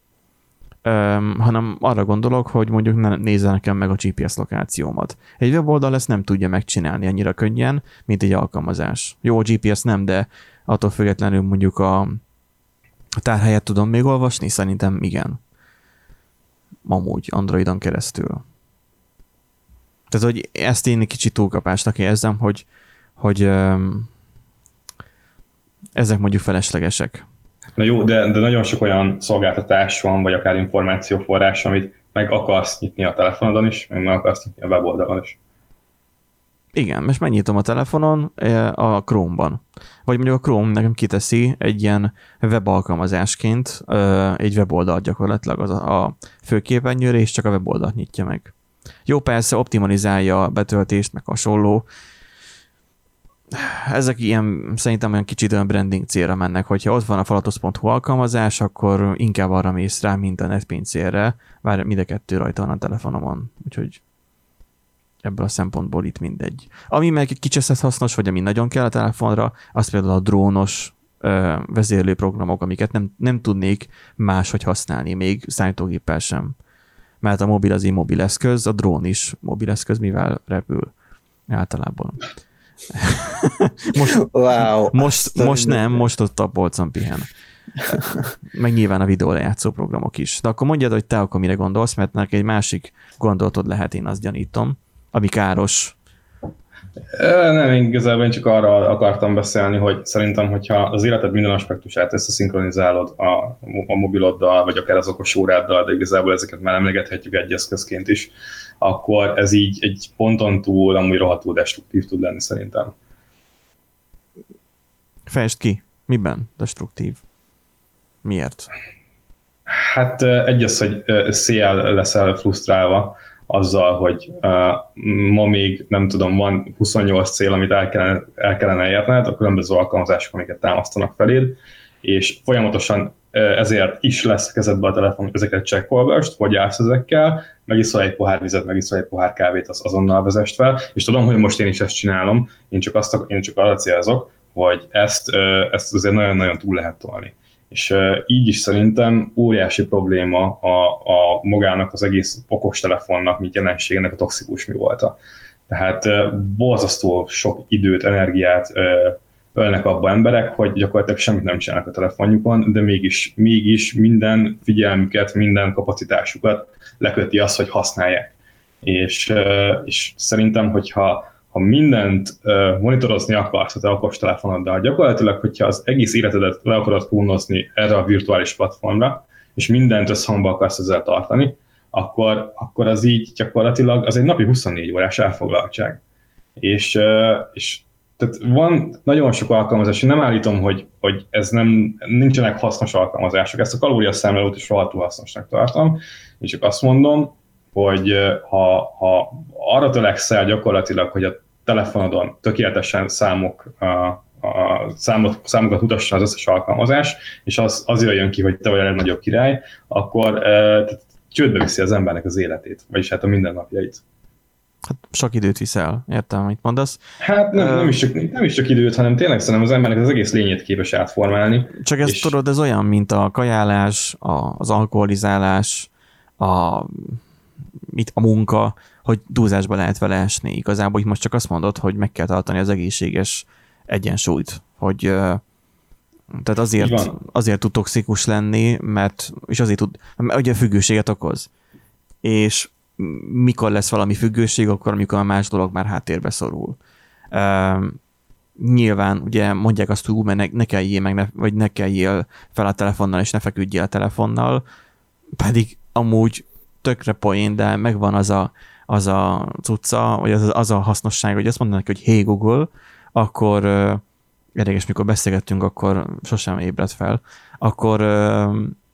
Speaker 1: hanem arra gondolok, hogy mondjuk ne nézze nekem meg a gé pé es lokációmat. Egy weboldal ezt nem tudja megcsinálni annyira könnyen, mint egy alkalmazás. Jó, a gé pé es nem, de attól függetlenül mondjuk a tárhelyet tudom még olvasni? Szerintem igen. Amúgy Androidon keresztül. Tehát, hogy ezt én kicsit túlkapásnak érzem, hogy, hogy um, ezek mondjuk feleslegesek.
Speaker 2: Na jó, de, de nagyon sok olyan szolgáltatás van, vagy akár információforrás, amit meg akarsz nyitni a telefonodon is, meg meg akarsz nyitni a weboldalon is.
Speaker 1: Igen, most megnyitom a telefonon a Chrome-ban. Vagy mondjuk a Chrome nekem kiteszi egy ilyen webalkalmazásként egy weboldalt gyakorlatilag az a főképernyőre, és csak a weboldalt nyitja meg. Jó, persze optimalizálja a betöltést, meg hasonló. Ezek ilyen, szerintem olyan kicsit olyan branding célra mennek, hogyha ott van a falatos pont hu alkalmazás, akkor inkább arra mész rá, mint a netpincérre, bár mind a kettő rajta van a telefonomon, úgyhogy ebből a szempontból itt mindegy. Ami meg egy kicsit hasznos, vagy ami nagyon kell a telefonra, az például a drónos ö, vezérlő programok, amiket nem, nem tudnék máshogy használni, még számítógéppel sem. Mert a mobil az egy mobil eszköz, a drón is mobil eszköz, mivel repül általában. most,
Speaker 3: wow,
Speaker 1: most, most nem, most ott a polcon pihen. Meg nyilván a videólejátszó programok is. De akkor mondjad, hogy te akkor mire gondolsz, mert neked egy másik gondolatod lehet, én azt gyanítom, ami káros.
Speaker 2: Nem, én igazából én csak arra akartam beszélni, hogy szerintem, hogyha az életed minden aspektusát összeszinkronizálod a, a mobiloddal, vagy akár az okos óráddal, de igazából ezeket már emlegethetjük egy eszközként is, akkor ez így egy ponton túl amúgy rohadtul destruktív tud lenni szerintem.
Speaker 1: Fejtsd ki, miben destruktív? Miért?
Speaker 2: Hát egy az, hogy szél leszel frusztrálva azzal, hogy uh, ma még nem tudom, van huszonnyolc cél, amit el kellene, el kellene érned, a különböző alkalmazások, amiket támasztanak feléd, és folyamatosan uh, ezért is lesz kezedbe a telefon, hogy ezeket csekkolgasd, hogy állsz ezekkel, megiszol egy pohár vizet, megiszol egy pohár kávét, az azonnal vezest fel, és tudom, hogy most én is ezt csinálom, én csak, azt, én csak arra célzok, hogy ezt, uh, ezt azért nagyon-nagyon túl lehet tolni. És uh, így is szerintem óriási probléma a, a magának az egész okostelefonnak, mint jelenségnek a toxikus mi volta. Tehát uh, borzasztó sok időt, energiát uh, ölnek abba emberek, hogy gyakorlatilag semmit nem csinálnak a telefonjukon, de mégis, mégis minden figyelmüket, minden kapacitásukat leköti azt, hogy használják. És, uh, és szerintem, hogyha ha mindent uh, monitorozni akarsz a te okostelefonoddal, gyakorlatilag, hogyha az egész életedet le akarod klónozni erre a virtuális platformra, és mindent összhangba akarsz ezzel tartani, akkor, akkor az így gyakorlatilag az egy napi huszonnégy órás elfoglaltság. És, uh, és tehát van nagyon sok alkalmazás, én nem állítom, hogy, hogy ez nem, nincsenek hasznos alkalmazások, ezt a kalóriaszámlálót is rohadtul hasznosnak tartom, és csak azt mondom, hogy ha, ha arra törekszel gyakorlatilag, hogy a telefonodon tökéletesen számok, a, a számot, számokat mutasson az összes alkalmazás, és az, az jöjjön ki, hogy te vagy a legnagyobb király, akkor e, csődbe viszi az embernek az életét, vagyis hát a mindennapjait.
Speaker 1: Hát sok időt viszel, értem, amit mondasz.
Speaker 2: Hát nem, nem, is csak, nem is csak időt, hanem tényleg szerintem az embernek az egész lényét képes átformálni.
Speaker 1: Csak ez
Speaker 2: és...
Speaker 1: tudod, ez olyan, mint a kajálás, a, az alkoholizálás, a mit a munka, hogy túlzásba lehet vele esni. Igazából itt most csak azt mondod, hogy meg kell tartani az egészséges egyensúlyt, hogy tehát azért, azért tud toxikus lenni, mert és azért tud, mert ugye függőséget okoz. És mikor lesz valami függőség, akkor amikor a más dolog már háttérbe szorul. Uh, nyilván ugye mondják azt, hogy mert ne, ne kelljél meg, ne, vagy ne kelljél fel a telefonnal, és ne feküdjél a telefonnal, pedig amúgy tökre poén, de megvan az a, az a cucca, vagy az, az a hasznosság, hogy azt mondanak, hogy hey Google, akkor uh, érdekes, mikor beszélgettünk, akkor sosem ébredt fel, akkor uh,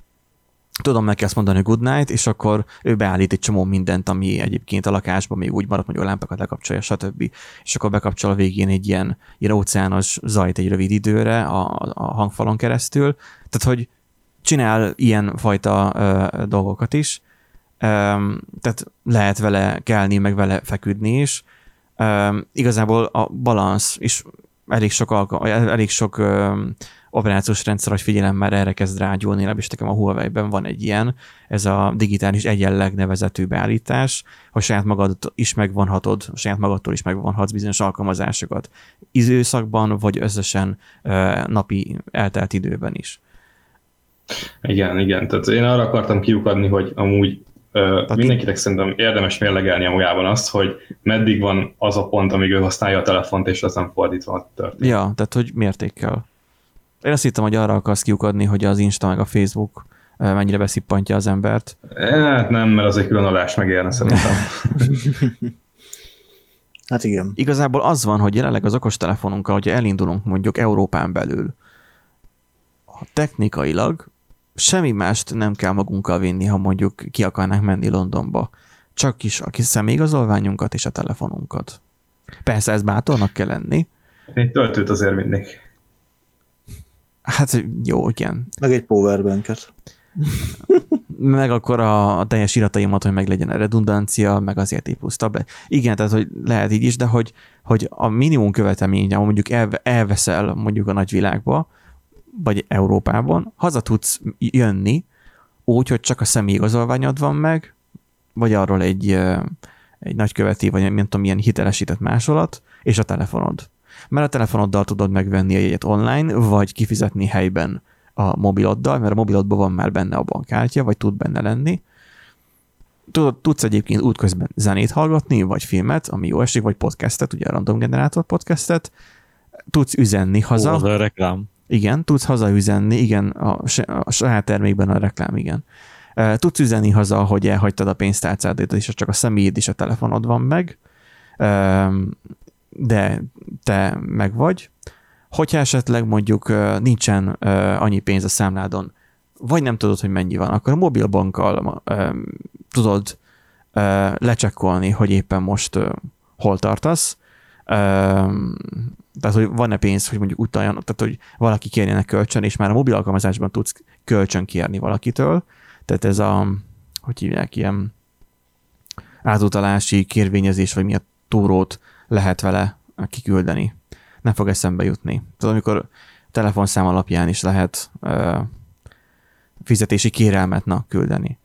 Speaker 1: tudom neki azt mondani, hogy good night, és akkor ő beállít egy csomó mindent, ami egyébként a lakásban még úgy maradt, hogy a lámpákat lekapcsolja, stb. És akkor bekapcsol a végén egy ilyen, ilyen óceános zajt egy rövid időre a, a hangfalon keresztül. Tehát, hogy csinál ilyen fajta uh, dolgokat is, um, tehát lehet vele kelni, meg vele feküdni is. Um, igazából a balansz is elég sok, alka- elég sok um, operációs rendszer, hogy figyelem, már erre kezd rágyulni, legalábbis nekem a Huawei-ben van egy ilyen, ez a digitális egyenleg nevezetű beállítás, hogy saját magad is megvonhatod, saját magadtól is megvonhatsz bizonyos alkalmazásokat időszakban, vagy összesen uh, napi eltelt időben is.
Speaker 2: Igen, igen. Tehát én arra akartam kiukadni, hogy amúgy uh, mindenkinek szerintem érdemes mérlegelni a magában azt, hogy meddig van az a pont, amíg ő használja a telefont, és az nem fordítva történik.
Speaker 1: Ja, tehát hogy mértékkel. Én azt hittem, hogy arra akarsz kiukadni, hogy az Insta meg a Facebook mennyire beszippantja az embert.
Speaker 2: Hát nem, mert az egy külön adás megérne szerintem.
Speaker 3: Hát igen.
Speaker 1: Igazából az van, hogy jelenleg az okostelefonunkkal, hogyha elindulunk mondjuk Európán belül, technikailag semmi mást nem kell magunkkal vinni, ha mondjuk ki akarnánk menni Londonba. Csak is a kis személyigazolványunkat és a telefonunkat. Persze ez bátornak kell lenni.
Speaker 2: Egy töltőt azért vinnék.
Speaker 1: Hát jó, igen.
Speaker 3: Meg egy powerbanket.
Speaker 1: Meg akkor a, a teljes irataimat, hogy meg legyen a redundancia, meg azért egy plusz tablet. Igen, tehát hogy lehet így is, de hogy, hogy a minimum követelmény, ha mondjuk elve, elveszel mondjuk a nagyvilágba, vagy Európában, haza tudsz jönni úgy, hogy csak a személyigazolványod van meg, vagy arról egy, egy nagyköveti, vagy nem tudom, milyen hitelesített másolat, és a telefonod. Mert a telefonoddal tudod megvenni a jegyet online, vagy kifizetni helyben a mobiloddal, mert a mobilodban van már benne a bankkártya, vagy tud benne lenni. Tudod, tudsz egyébként útközben zenét hallgatni, vagy filmet, ami jó esik, vagy podcastet, ugye a random generátor podcastet. Tudsz üzenni haza.
Speaker 4: Ó, az a reklám.
Speaker 1: Igen, tudsz hazaüzenni, igen, a, a saját termékben a reklám, igen. Tudsz üzenni haza, hogy elhagytad a pénztárcádat, és csak a személyed és a telefonod van meg, de te meg vagy. Hogyha esetleg mondjuk nincsen annyi pénz a számládon, vagy nem tudod, hogy mennyi van, akkor a mobilbankkal tudod lecsekkolni, hogy éppen most hol tartasz, tehát, hogy van-e pénz, hogy mondjuk utaljon, tehát, hogy valaki kérjenek kölcsön, és már a mobil alkalmazásban tudsz kölcsön kérni valakitől, tehát ez a, hogy hívják, ilyen átutalási kérvényezés, vagy mi a túrót lehet vele kiküldeni. Nem fog eszembe jutni. Tudod, amikor telefonszám alapján is lehet uh, fizetési kérelmet na, küldeni.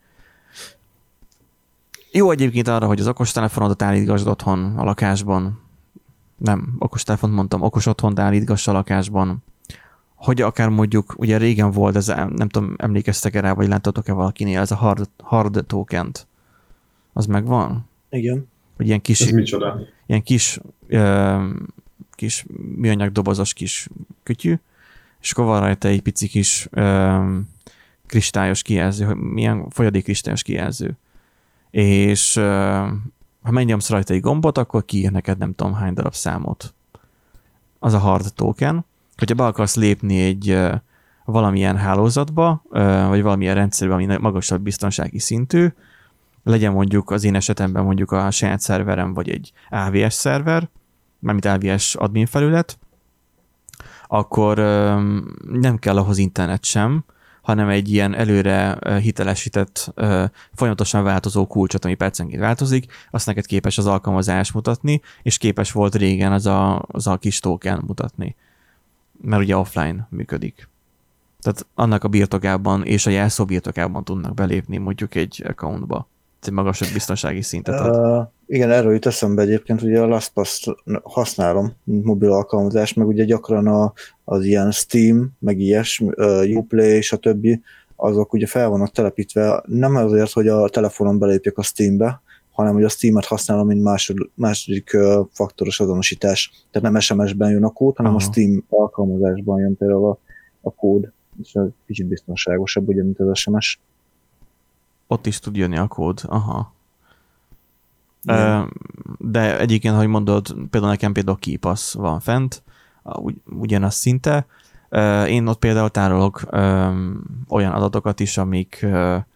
Speaker 1: Jó egyébként arra, hogy az okostelefonodat állítgasd otthon a lakásban, nem, okostelefont mondtam, okos otthont állítgass a lakásban, hogy akár mondjuk, ugye régen volt ez, nem tudom, emlékeztek-e rá, vagy láttatok-e valakinél, ez a hard, hard token-t. Az megvan?
Speaker 3: Igen.
Speaker 1: Hogy ilyen kis,
Speaker 2: ez micsoda?
Speaker 1: Ilyen kis, ö, kis műanyag dobozos kis kütyű, és akkor van rajta egy pici kis ö, kristályos kijelző, hogy milyen folyadék kristályos kijelző. És ö, ha megnyomsz rajta egy gombot, akkor kiír neked nem tudom hány darab számot. Az a hard token. Hogyha be akarsz lépni egy ö, valamilyen hálózatba, ö, vagy valamilyen rendszerbe, ami magasabb biztonsági szintű, legyen mondjuk az én esetemben mondjuk a saját szerverem, vagy egy á vé es szerver, mármint á vé es admin felület, akkor ö, nem kell ahhoz internet sem, hanem egy ilyen előre hitelesített, ö, folyamatosan változó kulcsot, ami percenként változik, azt neked képes az alkalmazás mutatni, és képes volt régen az a, az a kis token mutatni. Mert ugye offline működik. Tehát annak a birtokában és a jelszó birtokában tudnak belépni mondjuk egy accountba. Egy magasabb biztonsági szintet ad. Uh,
Speaker 3: igen, erről jut eszembe egyébként, ugye a LastPass használom, mint mobil alkalmazást, meg ugye gyakran a, az ilyen Steam, meg ilyes, uh, Uplay és a többi, azok ugye fel vannak telepítve, nem azért, hogy a telefonon belépjek a Steambe, hanem hogy a Steamet használom, mint másod, második uh, faktoros azonosítás. Tehát nem es em es-ben jön a kód, hanem Aha. a Steam alkalmazásban jön például a, a kód, és ez kicsit biztonságosabb, ugye, mint az es em es.
Speaker 1: Ott is tud jönni a kód, aha. Yeah. De egyébként, ahogy mondod, például nekem például KeePass van fent, ugy, ugyanaz szinte. Én ott például tárolok olyan adatokat is, amik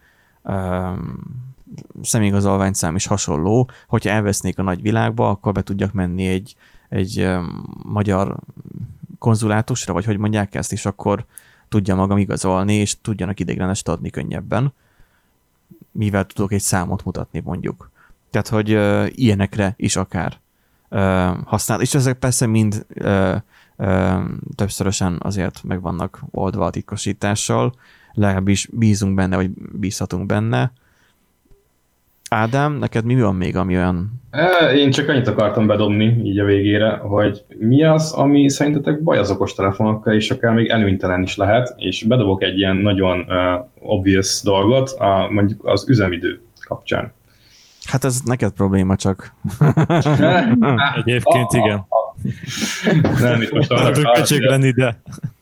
Speaker 1: személyigazolványszám is hasonló, hogyha elvesznék a nagy világba, akkor be tudjak menni egy, egy magyar konzulátusra, vagy hogy mondják ezt, és akkor tudja magam igazolni, és tudjanak ideiglenest adni könnyebben, mivel tudok egy számot mutatni mondjuk. Tehát, hogy uh, ilyenekre is akár uh, használ. És ezek persze mind uh, uh, többszörösen azért meg vannak oldva a titkosítással, legalábbis bízunk benne, vagy bízhatunk benne. Ádám, neked mi van még, ami olyan?
Speaker 2: Én csak annyit akartam bedobni így a végére, hogy mi az, ami szerintetek baj az okostelefonokkal, és akár még előnytelen is lehet, és bedobok egy ilyen nagyon uh, obvious dolgot, a, mondjuk az üzemidő. kapcsán.
Speaker 1: Hát ez neked probléma csak.
Speaker 4: Egyébként igen.
Speaker 2: Nem, itt most arra,
Speaker 4: Tudok köcsög lenni, de...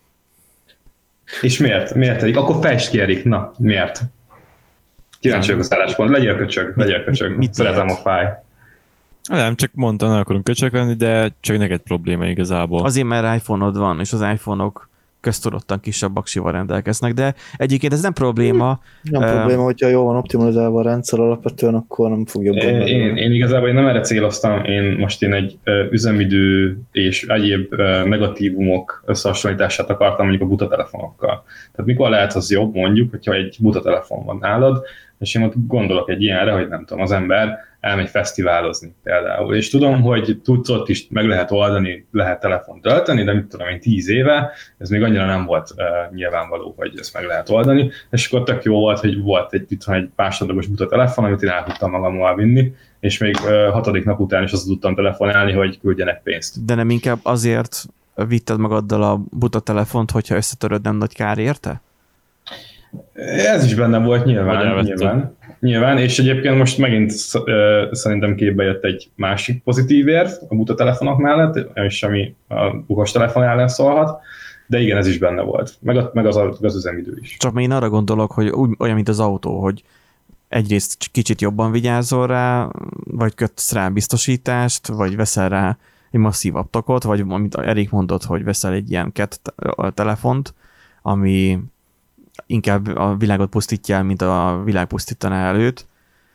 Speaker 2: És miért? Miért? Akkor fejtsd ki, Erik. Na, miért? Kíváncsi vagyok az álláspont. Legyél köcsög, legyél köcsög.
Speaker 1: Mit
Speaker 2: Szeretem a fáj.
Speaker 4: Nem, csak mondtam, nem akarunk köcsög lenni, de csak neked probléma igazából.
Speaker 1: Azért, mert iPhone-od van, és az iPhone-ok köztudottan kisebb aksival rendelkeznek, de egyébként ez nem probléma.
Speaker 3: Nem
Speaker 1: uh,
Speaker 3: probléma, hogyha jól van optimalizálva a rendszer alapvetően, akkor nem fog jobban
Speaker 2: Én,
Speaker 3: lenni.
Speaker 2: én, én igazából én nem erre céloztam, én most én egy uh, üzemidő és egyéb uh, negatívumok összehasonlítását akartam mondjuk a buta telefonokkal. Tehát mikor lehet az jobb mondjuk, hogyha egy buta telefon van nálad, és én ott gondolok egy ilyenre, hogy nem tudom, az ember elmegy fesztiválozni például. És tudom, hogy tudsz ott is meg lehet oldani, lehet telefont tölteni, de mit tudom én, tíz éve, ez még annyira nem volt uh, nyilvánvaló, hogy ezt meg lehet oldani, és akkor tök jó volt, hogy volt egy, itt egy másodlagos buta telefon, amit én el tudtam magammal vinni, és még uh, hatodik nap után is azt tudtam telefonálni, hogy küldjenek pénzt.
Speaker 1: De nem inkább azért vitted magaddal a buta telefont, hogyha összetöröd, nem nagy kár érte?
Speaker 2: Ez is benne volt nyilván, nyilván, nyilván, és egyébként most megint uh, szerintem képbe jött egy másik pozitív érv a buta telefonok mellett, és ami a bukos telefon ellen szólhat, de igen, ez is benne volt, meg, a, meg az, az üzemidő is.
Speaker 1: Csak én arra gondolok, hogy úgy, olyan, mint az autó, hogy egyrészt kicsit jobban vigyázol rá, vagy kötsz rá biztosítást, vagy veszel rá egy masszívabb tokot, vagy amit Erik mondott, hogy veszel egy ilyen cat telefont, ami inkább a világot pusztítja el, mint a világ pusztítaná előtt.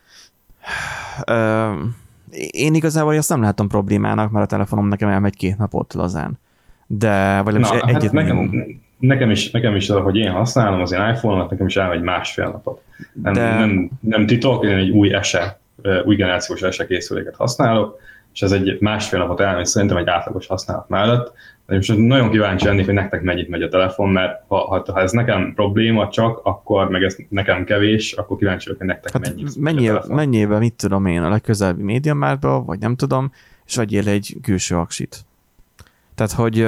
Speaker 1: Én igazából azt nem látom problémának, mert a telefonom nekem elmegy két napot lazán. De vagy
Speaker 2: Na,
Speaker 1: egyet
Speaker 2: hát nekem, nekem, is, nekem is, hogy én használom az én iPhone-ot, nekem is elmegy másfél napot. Nem,
Speaker 1: De...
Speaker 2: nem, nem titok, én egy új ese, új generációs ese készüléket használok, és ez egy másfél napot elmegy szerintem egy átlagos használat mellett. De most nagyon kíváncsi lennék, hogy nektek mennyit megy a telefon, mert ha, ha, ha ez nekem probléma csak, akkor meg ez nekem kevés, akkor kíváncsi vagyok, hogy nektek
Speaker 1: hát
Speaker 2: mennyit
Speaker 1: mennyi, mennyivel, mit tudom én, a legközelebbi MediaMarktba, vagy nem tudom, és vegyél egy külső aksit. Tehát, hogy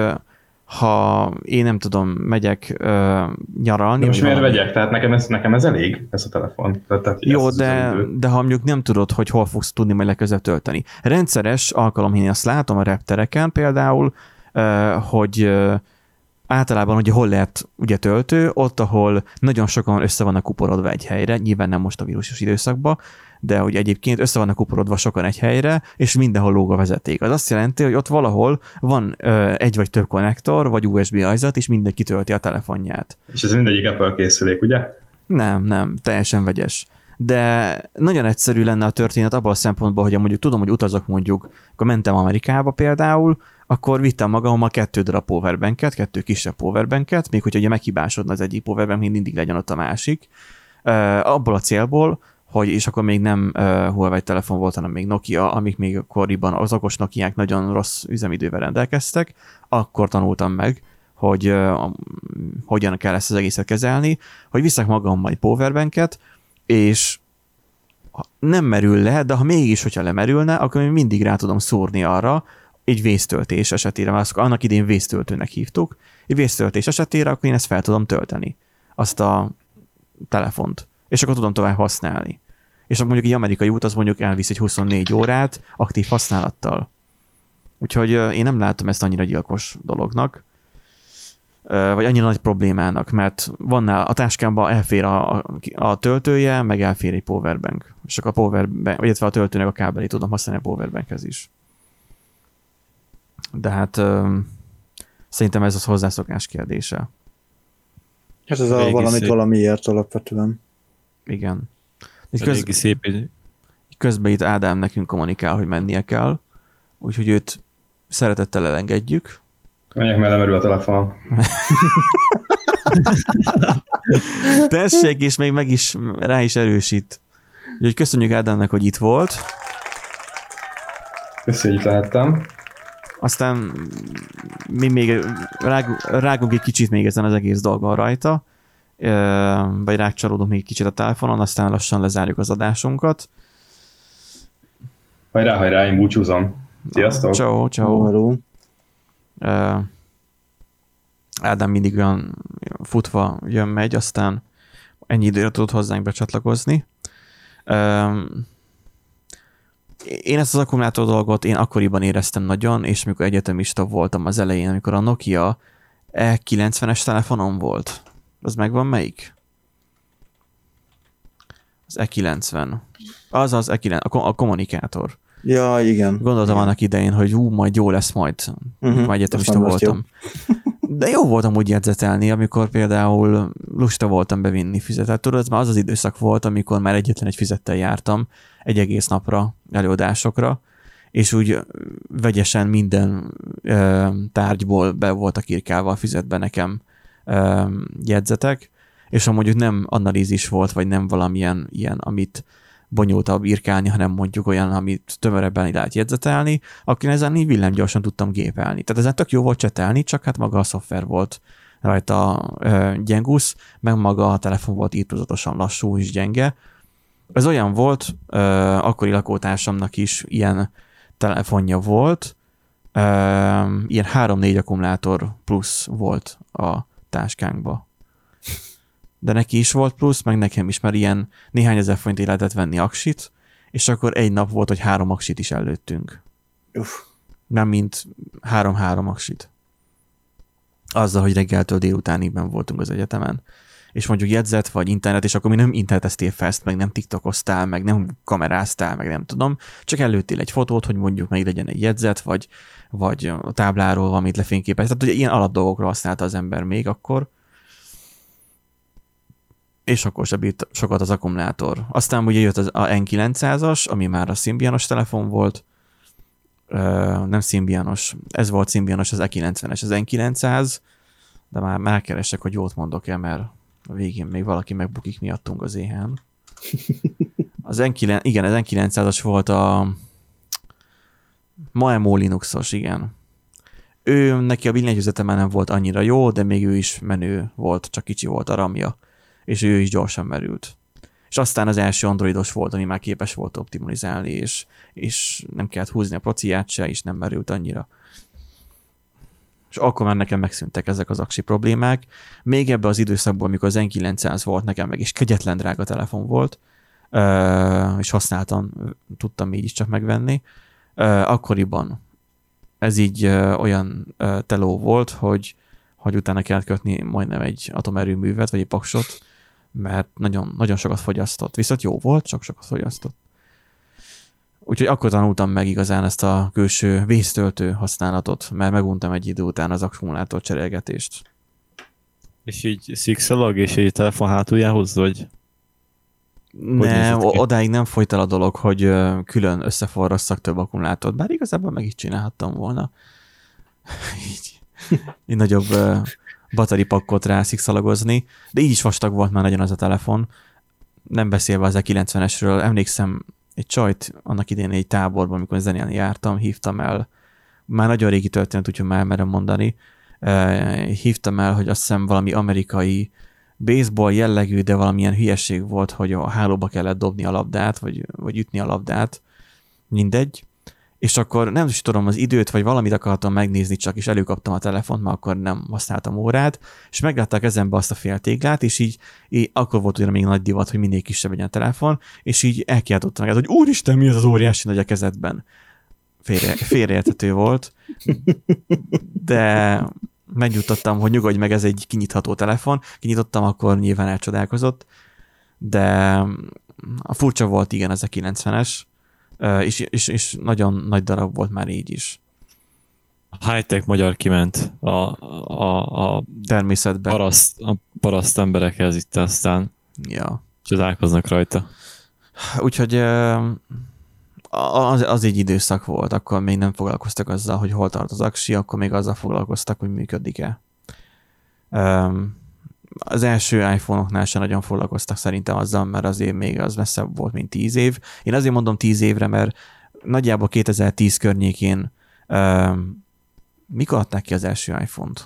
Speaker 1: ha én nem tudom, megyek uh, nyaralni.
Speaker 2: De most miért
Speaker 1: valami...
Speaker 2: vegyek? Tehát nekem ez, nekem ez elég, ez a telefon. Tehát, tehát
Speaker 1: Jó, de, de ha mondjuk nem tudod, hogy hol fogsz tudni majd legközelebb tölteni. Rendszeres alkalom, én azt látom a reptereken például, uh, hogy uh, általában ugye hol lehet ugye töltő, ott, ahol nagyon sokan össze vannak kuporodva egy helyre, nyilván nem most a vírusos időszakban, de hogy egyébként össze vannak kuporodva sokan egy helyre, és mindenhol lóg a vezeték. Az azt jelenti, hogy ott valahol van ö, egy vagy több konnektor, vagy u es bé ajzat, és mindenki tölti a telefonját.
Speaker 2: És ez mindegyik Apple készülék, ugye?
Speaker 1: Nem, nem, teljesen vegyes. De nagyon egyszerű lenne a történet abban a szempontból, hogy mondjuk tudom, hogy utazok mondjuk, akkor mentem Amerikába például, akkor vittem magammal kettő darab powerbanket, kettő kisebb powerbanket, még hogy ugye meghibásodna az egyik powerbank, még mindig legyen ott a másik. Uh, abból a célból, hogy és akkor még nem uh, Huawei telefon volt, hanem még Nokia, amik még akkoriban az okos Nokiák nagyon rossz üzemidővel rendelkeztek, akkor tanultam meg, hogy uh, hogyan kell ezt az egészet kezelni, hogy viszek magammal egy powerbanket, és nem merül le, de ha mégis, hogyha lemerülne, akkor még mindig rá tudom szúrni arra, egy vésztöltés esetére, mert annak idén vésztöltőnek hívtuk, egy vésztöltés esetére, akkor én ezt fel tudom tölteni, azt a telefont, és akkor tudom tovább használni. És akkor mondjuk egy amerikai út, az mondjuk elvisz egy huszonnégy órát aktív használattal. Úgyhogy én nem látom ezt annyira gyilkos dolognak, vagy annyira nagy problémának, mert van nála, a táskámban elfér a, a, a töltője, meg elfér egy powerbank. És akkor a powerbank, vagy a töltőnek a kábelét tudom használni a powerbankhez is. De hát ö, szerintem ez az hozzászokás kérdése.
Speaker 3: Hát ez a valamit szép. Valamiért alapvetően.
Speaker 1: Igen.
Speaker 4: Köz... szép.
Speaker 1: Közben itt Ádám nekünk kommunikál, hogy mennie kell, úgyhogy őt szeretettel elengedjük.
Speaker 2: Menjek, mert lemerül a telefonom.
Speaker 1: Tessék, és még meg is rá is erősít. Úgyhogy köszönjük Ádámnak, hogy itt volt.
Speaker 2: Köszönjük, hogy itt lehettem.
Speaker 1: Aztán mi még rág, rágunk egy kicsit még ezen az egész dolgon rajta, vagy rákcsalódunk még egy kicsit a telefonon, aztán lassan lezárjuk az adásunkat.
Speaker 2: Hajrá, hajrá, én búcsúzom. Sziasztok!
Speaker 1: Ciao, ciao. Ádám mindig olyan futva jön-megy, aztán ennyi időre tud hozzánk becsatlakozni. Um, én ezt az akkumulátor dolgot én akkoriban éreztem nagyon, és mikor egyetemista voltam az elején, amikor a Nokia E kilencvenes telefonom volt. Az megvan melyik? Az E kilencven. Az az E kilencven, a, a kommunikátor.
Speaker 3: Ja, igen.
Speaker 1: Gondoltam
Speaker 3: igen.
Speaker 1: annak idején, hogy hú, majd jó lesz majd.
Speaker 3: Uh-huh.
Speaker 1: Majd egyetemista voltam. De jó voltam úgy jegyzetelni, amikor például lusta voltam bevinni fizetet. Tudod, ez már az az időszak volt, amikor már egyetlen egy fizettel jártam egy egész napra, előadásokra, és úgy vegyesen minden ö, tárgyból be voltak írkálva a fizetbe nekem ö, jegyzetek, és ha mondjuk nem analízis volt, vagy nem valamilyen ilyen, amit bonyolultabb írkálni, hanem mondjuk olyan, amit tömörebben lehet jegyzetelni, akkor ezen így villámgyorsan tudtam gépelni. Tehát ezen tök jó volt csetelni, csak hát maga a szoftver volt rajta ö, gyengusz, meg maga a telefon volt írtózatosan lassú és gyenge. Ez olyan volt, ö, akkori lakótársamnak is ilyen telefonja volt, ö, ilyen három-négy akkumulátor plusz volt a táskánkba. De neki is volt plusz, meg nekem is, mert ilyen néhány ezer forintig lehetett venni aksit, és akkor egy nap volt, hogy három aksit is előttünk.
Speaker 3: Uff.
Speaker 1: Nem mint három-három aksit. Azzal, hogy reggeltől délutánigben voltunk az egyetemen. És mondjuk jegyzet, vagy internet, és akkor mi nem interneteztél fel ezt, meg nem tiktokoztál, meg nem kameráztál, meg nem tudom, csak előttél egy fotót, hogy mondjuk meg legyen egy jegyzet, vagy, vagy a tábláról valamit lefényképez. Tehát ugye ilyen alapdolgokra használta az ember még akkor, és akkor se bírt sokat az akkumulátor. Aztán ugye jött az a N kilencszázas, ami már a Symbianos telefon volt, Ö, nem Symbianos, ez volt Symbianos, az E kilencvenes, az N kilencszáz, de már megkeresek, hogy jót mondok-e, mert a végén még valaki megbukik miattunk az éhen. Az N kilenc, igen, az N kilencszázas volt a Maemo Linuxos, igen. Ő, neki a billentyűzete már nem volt annyira jó, de még ő is menő volt, csak kicsi volt a ramja, és ő is gyorsan merült. És aztán az első androidos volt, ami már képes volt optimalizálni, és, és nem kellett húzni a prociát se, és nem merült annyira. És akkor már nekem megszűntek ezek az aksi problémák. Még ebbe az időszakban, amikor az N kilencszáz volt, nekem meg is kegyetlen drága telefon volt, és használtan tudtam így is csak megvenni. Akkoriban ez így olyan teló volt, hogy, hogy utána kellett kötni majdnem egy atomerőművet, vagy egy paksot, mert nagyon, nagyon sokat fogyasztott. Viszont jó volt, csak sokat fogyasztott. Úgyhogy akkor tanultam meg igazán ezt a külső vésztöltő használatot, mert meguntam egy idő után az akkumulátor cserélgetést.
Speaker 4: És így szikszalag, és egy telefon hátuljához, vagy?
Speaker 1: Nem, odáig nem folyt el a dolog, hogy külön összeforrasszak több akkumulátort, bár igazából meg is csinálhattam volna. így, így nagyobb bateripakkot rá szikszalagozni, de így is vastag volt már nagyon az a telefon. Nem beszélve az E kilencvenesről, emlékszem egy csajt annak idén egy táborban, amikor zenélni jártam, hívtam el, már nagyon régi történet, úgyhogy már merem mondani, hívtam el, hogy azt hiszem valami amerikai baseball jellegű, de valamilyen hülyeség volt, hogy a hálóba kellett dobni a labdát, vagy, vagy ütni a labdát, mindegy. És akkor nem is tudom az időt, vagy valamit akartam megnézni, csak is előkaptam a telefont, mert akkor nem használtam órát, és meglátták kezembe azt a féltéglát, és így, így akkor volt ugyan még nagy divat, hogy minél kisebb legyen a telefon, és így elkiáltottam meg, hogy úristen, mi az az óriási nagy a kezedben. Félre, félreérthető volt, de megnyugtattam, hogy nyugodj meg, ez egy kinyitható telefon. Kinyitottam, akkor nyilván elcsodálkozott, de a furcsa volt, igen, ez a kilencvenes, és, és, és nagyon nagy darab volt már így is.
Speaker 4: A high-tech magyar kiment a, a, a,
Speaker 1: természetben.
Speaker 4: Paraszt, a paraszt emberekhez itt aztán
Speaker 1: ja.
Speaker 4: csodálkoznak rajta.
Speaker 1: Úgyhogy az, az egy időszak volt, akkor még nem foglalkoztak azzal, hogy hol tart az aksi, akkor még azzal foglalkoztak, hogy működik-e. Az első iPhone-oknál sem nagyon foglalkoztak szerintem azzal, mert azért még az messzebb volt, mint tíz év. Én azért mondom tíz évre, mert nagyjából kétezer-tíz környékén um, mikor adták ki az első iPhone-t?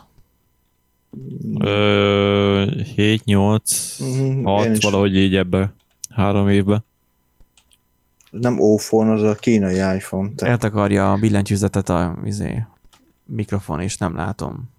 Speaker 4: hét nyolc hat valahogy így ebben három évben.
Speaker 3: Nem iPhone, az a kínai iPhone.
Speaker 1: Te. Eltakarja a billentyűzetet a izé, mikrofon, és nem látom.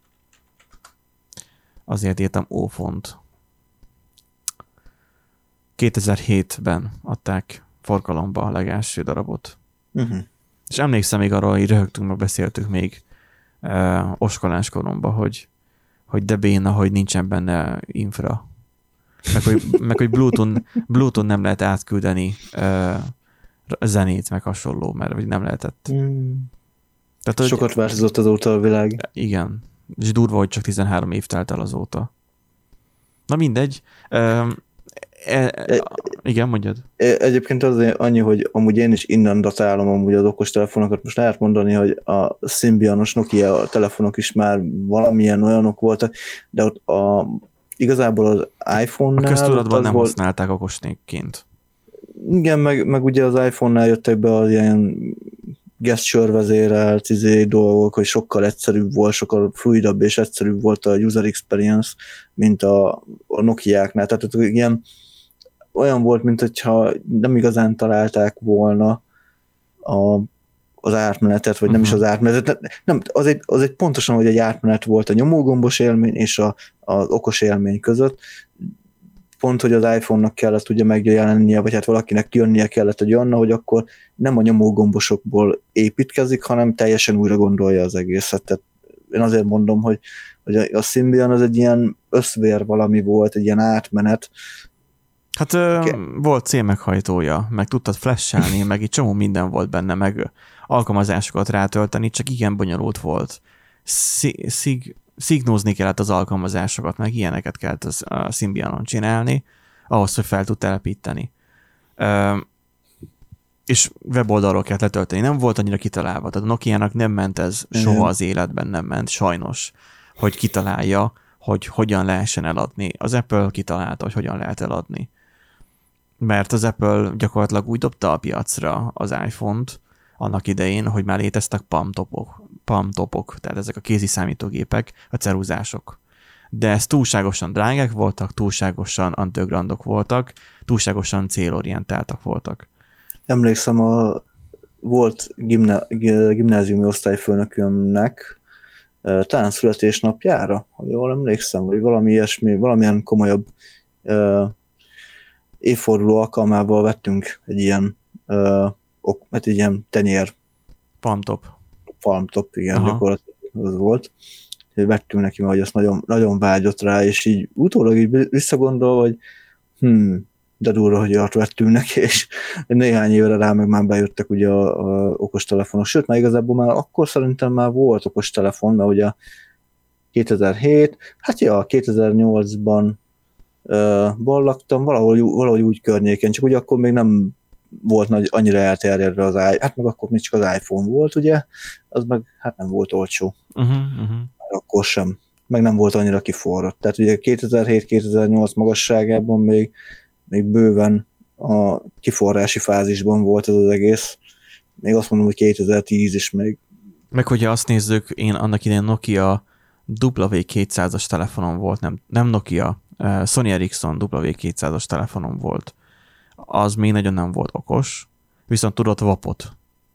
Speaker 1: Azért írtam iPhone-t. kétezer-hétben adták forgalomba a legelső darabot.
Speaker 3: Uh-huh.
Speaker 1: És emlékszem még arról, hogy röhögtünk, meg beszéltük még uh, oskolás koromban, hogy, hogy de béna, hogy nincsen benne infra. Meg hogy, meg, hogy Bluetooth, Bluetooth nem lehet átküldeni uh, zenét, meg hasonló, mert hogy nem lehetett.
Speaker 3: Mm.
Speaker 1: Tehát, hogy,
Speaker 3: sokat változott azóta a világ.
Speaker 1: Igen. És durva, hogy csak tizenhárom év telt el azóta. Na mindegy. Uh, e, e, igen, mondjad.
Speaker 3: Egyébként az annyi, hogy amúgy én is innen datálom amúgy az okostelefonokat. Most lehet mondani, hogy a Symbianos Nokia telefonok is már valamilyen olyanok voltak, de ott a, igazából az iPhone-nál...
Speaker 1: A köztudatban nem
Speaker 3: volt,
Speaker 1: használták okosnékként.
Speaker 3: Igen, meg, meg ugye az iPhone-nál jöttek be az ilyen gesture vezérelt izé, dolgok, hogy sokkal egyszerűbb volt, sokkal fluidabb és egyszerűbb volt a user experience, mint a, a Nokiáknál. Tehát ilyen olyan volt, mint hogyha nem igazán találták volna a, az átmenetet, vagy uh-huh. nem is az átmenetet. Nem, az egy, az egy pontosan, hogy egy átmenet volt a nyomógombos élmény és a, az okos élmény között. Pont, hogy az iPhone-nak kellett ugye megjelennie, vagy hát valakinek jönnie kellett egy olyan, hogy akkor nem a nyomógombosokból építkezik, hanem teljesen újra gondolja az egészet. Tehát én azért mondom, hogy, hogy a Symbian az egy ilyen összvér valami volt, egy ilyen átmenet.
Speaker 1: Hát okay. Volt célmeghajtója, meg tudtad flashelni, meg egy csomó minden volt benne, meg alkalmazásokat rátölteni, csak igen bonyolult volt. Szig... Szignózni kellett az alkalmazásokat, meg ilyeneket kellett az, a Symbianon csinálni, ahhoz, hogy fel tud telepíteni. Ö, és weboldalról kellett letölteni. Nem volt annyira kitalálva. Tehát a Nokia-nak nem ment ez soha az életben, nem ment, sajnos, hogy kitalálja, hogy hogyan lehessen eladni. Az Apple kitalálta, hogy hogyan lehet eladni. Mert az Apple gyakorlatilag úgy dobta a piacra az iPhone-t annak idején, hogy már léteztek palmtopok, palmtopok, tehát ezek a kézi számítógépek, a ceruzások. De ez túlságosan drágák voltak, túlságosan undergroundok voltak, túlságosan célorientáltak voltak.
Speaker 3: Emlékszem, a, volt gimna, gimnáziumi osztályfőnökömnek talán születésnapjára, ha jól emlékszem, vagy valami ilyesmi, valamilyen komolyabb uh, évforduló alkalmával vettünk egy ilyen, uh, ok, hát egy ilyen tenyér.
Speaker 1: Palmtop.
Speaker 3: Palmtop, igen, aha. Gyakorlatilag az volt. Vettünk neki, hogy azt nagyon, nagyon vágyott rá, és így utólag így visszagondol, hogy hm, de durva, hogy ott vettünk neki, és néhány évre rá meg már bejöttek ugye a, a okostelefonok. Sőt, már igazából már akkor szerintem már volt okostelefon, mert ugye kétezer-hét, hát ja, kétezer-nyolcban uh, laktam, valahogy, valahogy úgy környéken, csak ugye akkor még nem volt nagy, annyira elterjedve az iPhone, hát meg akkor még csak az iPhone volt, ugye, az meg hát nem volt olcsó. Uh-huh, uh-huh. Akkor sem. Meg nem volt annyira kiforrott. Tehát ugye kétezer-hét-kétezer-nyolc magasságában még, még bőven a kiforrási fázisban volt ez az egész. Még azt mondom, hogy kétezer-tíz is még.
Speaker 1: Meg hogyha azt nézzük, én annak idején Nokia dupla vé kétszázas telefonom volt, nem, nem Nokia, uh, Sony Ericsson dupla vé kétszázas telefonom volt. Az még nagyon nem volt okos, viszont tudott vapot.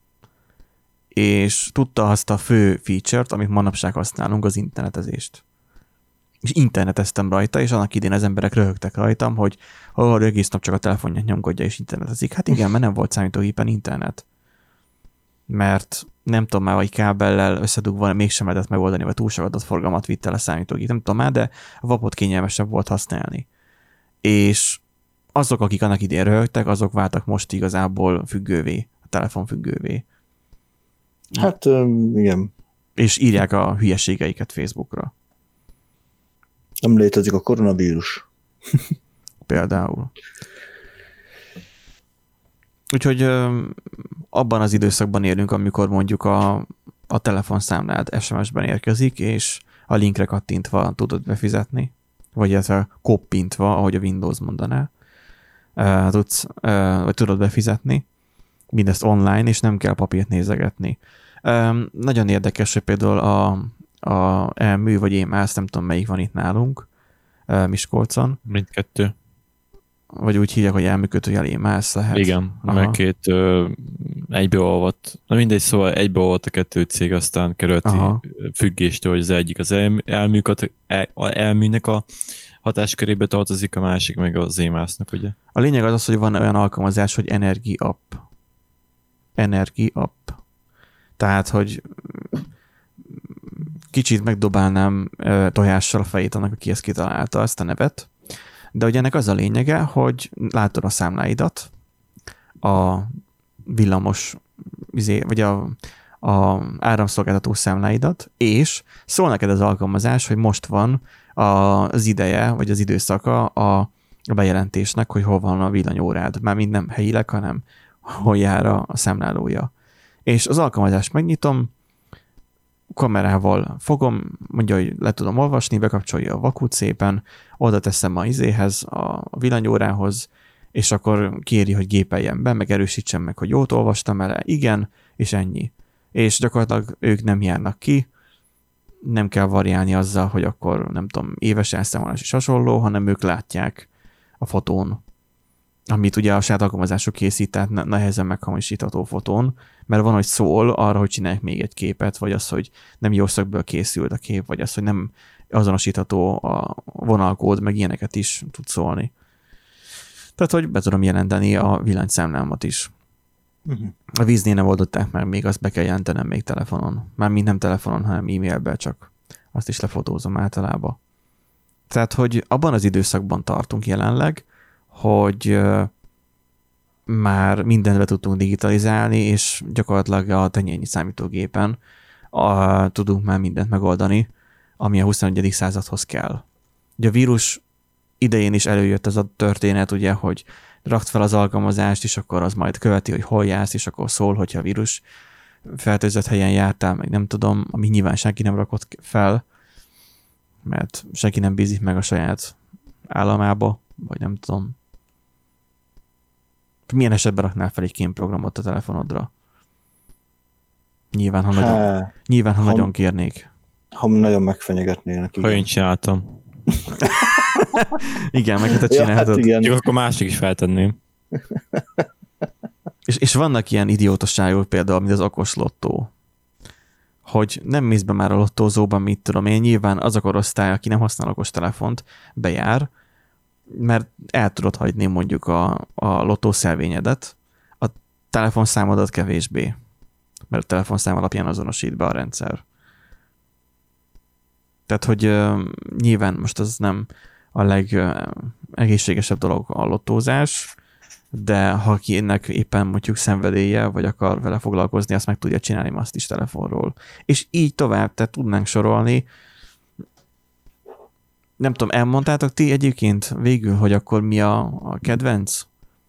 Speaker 1: És tudta azt a fő feature-t, amit manapság használunk, az internetezést. És interneteztem rajta, és annak idén az emberek röhögtek rajtam, hogy oh, egész nap csak a telefonját nyomkodja és internetezik. Hát igen, mert nem volt számítógépen internet. Mert nem tudom már, hogy kábellel összedugva mégsem lehetett megoldani, vagy túl sok adatforgalmat vitt el a számítógép. Nem tudom már, de a vapot kényelmesebb volt használni. És azok, akik annak idén röhögtek, azok váltak most igazából függővé, a telefon függővé.
Speaker 3: Hát, igen.
Speaker 1: És írják a hülyeségeiket Facebookra.
Speaker 3: Nem létezik a koronavírus.
Speaker 1: Például. Úgyhogy abban az időszakban élünk, amikor mondjuk a, a telefonszámlád es em es-ben érkezik, és a linkre kattintva tudod befizetni, vagy ez a koppintva, ahogy a Windows mondaná, tudsz, vagy tudod befizetni, mindezt online, és nem kell papírt nézegetni. Nagyon érdekes, hogy például a, a elmű, vagy én már nem tudom, melyik van itt nálunk, Miskolcon.
Speaker 4: Mindkettő.
Speaker 1: Vagy úgy hívják, hogy elműkötőjel émász lehet.
Speaker 4: Igen, aha. Meg két ö, egybeolvadt. Na mindegy, szóval egybeolvadt a kettő cég, aztán került függéstől, hogy az egyik az elmű, elműkat, el, elműnek a, hatáskörébe tartozik, a másik meg az émásznak, ugye?
Speaker 1: A lényeg az az, hogy van olyan alkalmazás, hogy Energy App. Energy App. Tehát, hogy kicsit megdobálnám tojással a fejét annak, aki ezt kitalálta, ezt a nevet. De ugye ennek az a lényege, hogy látod a számláidat, a villamos, vagy a, a áramszolgáltató számláidat, és szól neked az alkalmazás, hogy most van az ideje, vagy az időszaka a bejelentésnek, hogy hol van a villanyórád. Már mind nem helyileg, hanem hol jár a számlálója. És az alkalmazást megnyitom, kamerával fogom, mondja, hogy le tudom olvasni, bekapcsolja a vakut szépen, oda teszem a izéhez, a villanyórához, és akkor kéri, hogy gépeljen be, meg erősítsem meg, hogy jót olvastam el, igen, és ennyi. És gyakorlatilag ők nem járnak ki, nem kell variálni azzal, hogy akkor nem tudom, éves elszámolás is hasonló, hanem ők látják a fotón, amit ugye a saját alkalmazások készít, tehát nehezen meghamisítható fotón, mert van, hogy szól arra, hogy csinálják még egy képet, vagy az, hogy nem jó szögből készült a kép, vagy az, hogy nem azonosítható a vonalkód, meg ilyeneket is tud szólni. Tehát, hogy be tudom jelenteni a villanyszámlámat is. Uh-huh. A víznél nem oldották meg, még azt be kell jelentenem még telefonon. Mármint nem telefonon, hanem e-mailben, csak azt is lefotózom általában. Tehát, hogy abban az időszakban tartunk jelenleg, hogy már mindent be tudtunk digitalizálni, és gyakorlatilag a tenyérnyi számítógépen a, tudunk már mindent megoldani, ami a huszonegyedik századhoz kell. Ugye a vírus idején is előjött ez a történet, ugye, hogy rakd fel az alkalmazást, és akkor az majd követi, hogy hol jársz, és akkor szól, hogyha a vírus fertőzött helyen jártál, meg nem tudom, ami nyilván senki nem rakott fel, mert senki nem bízik meg a saját államába, vagy nem tudom. Milyen esetben raknál fel egy kémprogramot a telefonodra? Nyilván, ha, Há, nagyon, nyilván, ha, ha nagyon kérnék.
Speaker 3: Ha nagyon megfenyegetnének.
Speaker 4: Ha én csináltam.
Speaker 1: Igen, meg hát te csinálhatod. Ja, hát igen.
Speaker 4: Csak akkor másik is feltenném.
Speaker 1: és, és vannak ilyen idiótosságok például, mint az okos lottó. Hogy nem mész be már a lottózóban, mit tudom én, nyilván az a korosztály, aki nem használ okos telefont, bejár, mert el tudod hagyni mondjuk a, a lottószelvényedet, a telefonszámodat kevésbé, mert a telefonszám alapján azonosít be a rendszer. Tehát, hogy uh, nyilván most az nem a legegészségesebb dolog a lottózás, de ha kinek éppen mondjuk szenvedélye, vagy akar vele foglalkozni, azt meg tudja csinálni azt is telefonról. És így tovább, tehát tudnánk sorolni. Nem tudom, elmondtátok ti egyébként végül, hogy akkor mi a, a kedvenc?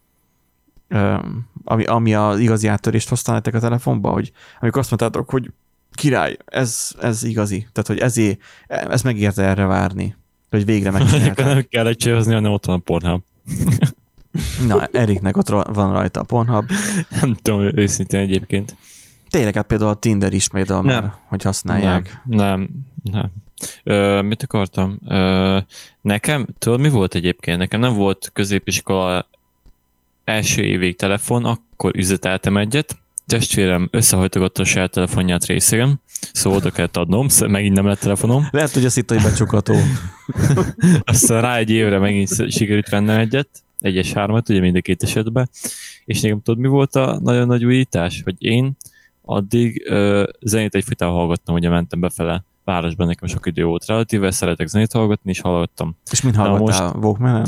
Speaker 1: Ami, ami az igazi áttörést hozta nektek a telefonba, hogy amikor azt mondtátok, hogy király, ez, ez igazi. Tehát, hogy ezért, ez megérte erre várni, hogy végre megcsinálták.
Speaker 4: Nem kell egységezni, hanem ott van a Pornhub.
Speaker 1: Na, Eriknek ott van rajta a Pornhub.
Speaker 4: Nem tudom, őszintén egyébként.
Speaker 1: Tényleg, hát például a Tinder is például már, hogy használják.
Speaker 4: Nem, nem. nem. Ö, mit akartam? Ö, nekem, tudod mi volt egyébként? Nekem nem volt középiskola első évig telefon, akkor üzeteltem egyet, testvérem összehajtogatta a saját telefonját részegen, szóval oda kellett adnom, megint nem lett telefonom.
Speaker 1: Lehet, hogy azt itt, hogy becsukható.
Speaker 4: Aztán rá egy évre megint sikerült vennem egyet, egyes hármat, ugye mind a két esetben, és nekem tudod mi volt a nagyon nagy újítás? Hogy én addig ö, zenét egyfolytában hallgattam, ugye mentem befele városban, nekem sok idő volt relatíve, szeretek zenét hallgatni, és hallgattam.
Speaker 1: És mint hallgattál? Most... Walkman-en?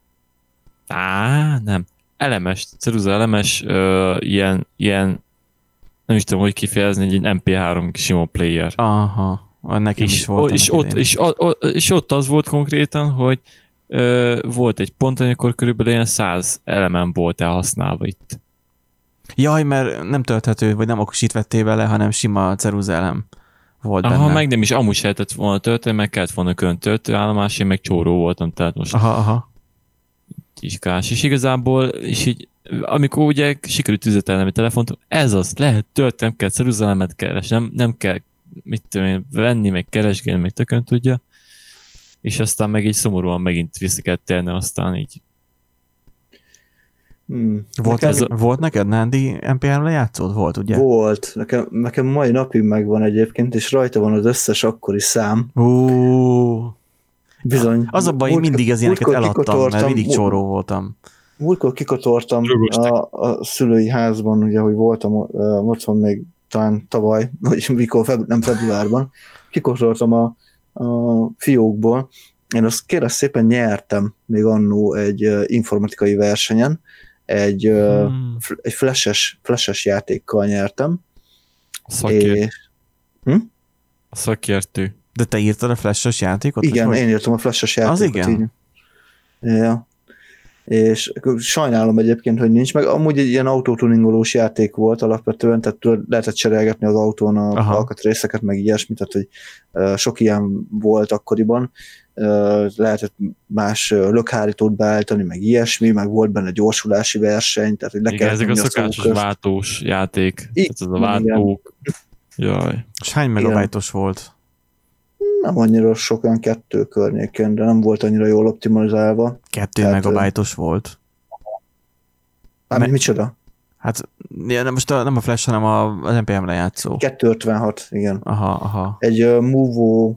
Speaker 4: Á, nem. Elemes, ceruza elemes, ö, ilyen, ilyen, nem is tudom, hogy kifejezni, egy em pé három sima player.
Speaker 1: Aha, nekem
Speaker 4: és,
Speaker 1: is volt.
Speaker 4: És ott, és, ott, és ott az volt konkrétan, hogy ö, volt egy pont, amikor körülbelül ilyen száz elemen volt elhasználva itt.
Speaker 1: Jaj, mert nem tölthető, vagy nem okosít vettél vele, hanem sima ceruza elem volt
Speaker 4: aha,
Speaker 1: benne.
Speaker 4: meg nem is, amúgy se lehetett volna tölteni, meg kellett volna külön töltőállomás, én meg csóró voltam, tehát most
Speaker 1: aha, aha.
Speaker 4: Kiskás. És igazából, és így, amikor ugye sikerült üzetelnem a telefont, ez az, lehet tölteni, nem kell ceruzelemet keres, nem, nem kell mit tudom én, venni, meg keresgélni, meg tökön tudja. És aztán meg így szomorúan megint vissza kell térni, aztán így.
Speaker 3: Hmm.
Speaker 1: Volt, nekem, ez, volt neked Nándi em pé három lejátszód? Volt, ugye?
Speaker 3: Volt. Nekem, nekem mai napig megvan egyébként, és rajta van az összes akkori szám.
Speaker 1: Ó,
Speaker 3: Bizony.
Speaker 1: Az a baj, én mindig az ilyeneket eladtam, mert mindig csóró voltam.
Speaker 3: Múltkor kikotortam a, a szülői házban, ugye, hogy voltam, ott van még talán tavaly, vagy mikor, feb, nem februárban, kikotortam a, a fiókból. Én azt kérlek szépen nyertem még annó egy uh, informatikai versenyen, egy, uh, hmm. f- egy flashes, flashes játékkal nyertem.
Speaker 4: Szakért.
Speaker 3: És... Hm?
Speaker 4: A szakértő.
Speaker 1: De te írtad a flashes játékot?
Speaker 3: Igen, én írtam a flashes játékot.
Speaker 1: Az igen?
Speaker 3: Így. Ja. És sajnálom egyébként, hogy nincs, meg amúgy egy ilyen autótuningolós játék volt alapvetően, tehát lehetett cserélgetni az autón a Aha. alkatrészeket, meg ilyesmit, tehát hogy uh, sok ilyen volt akkoriban, uh, lehetett más uh, lökhárítót beállítani, meg ilyesmi, meg volt benne gyorsulási verseny, tehát hogy le
Speaker 4: igen, ezek a szokásos
Speaker 3: a
Speaker 4: váltós játék,
Speaker 3: I-
Speaker 4: tehát ez a váltók. Jaj.
Speaker 1: És hány megabajtos volt?
Speaker 3: Nem annyira sokan, kettő környéken, de nem volt annyira jól optimalizálva.
Speaker 1: Kettő
Speaker 3: Tehát,
Speaker 1: megabajtos volt.
Speaker 3: Hát Me- micsoda?
Speaker 1: Hát ja, most a, nem a Flash, hanem a, az em pé em lejátszó.
Speaker 3: kettőszázötvenhat, igen.
Speaker 1: Aha, aha.
Speaker 3: Egy uh, Movo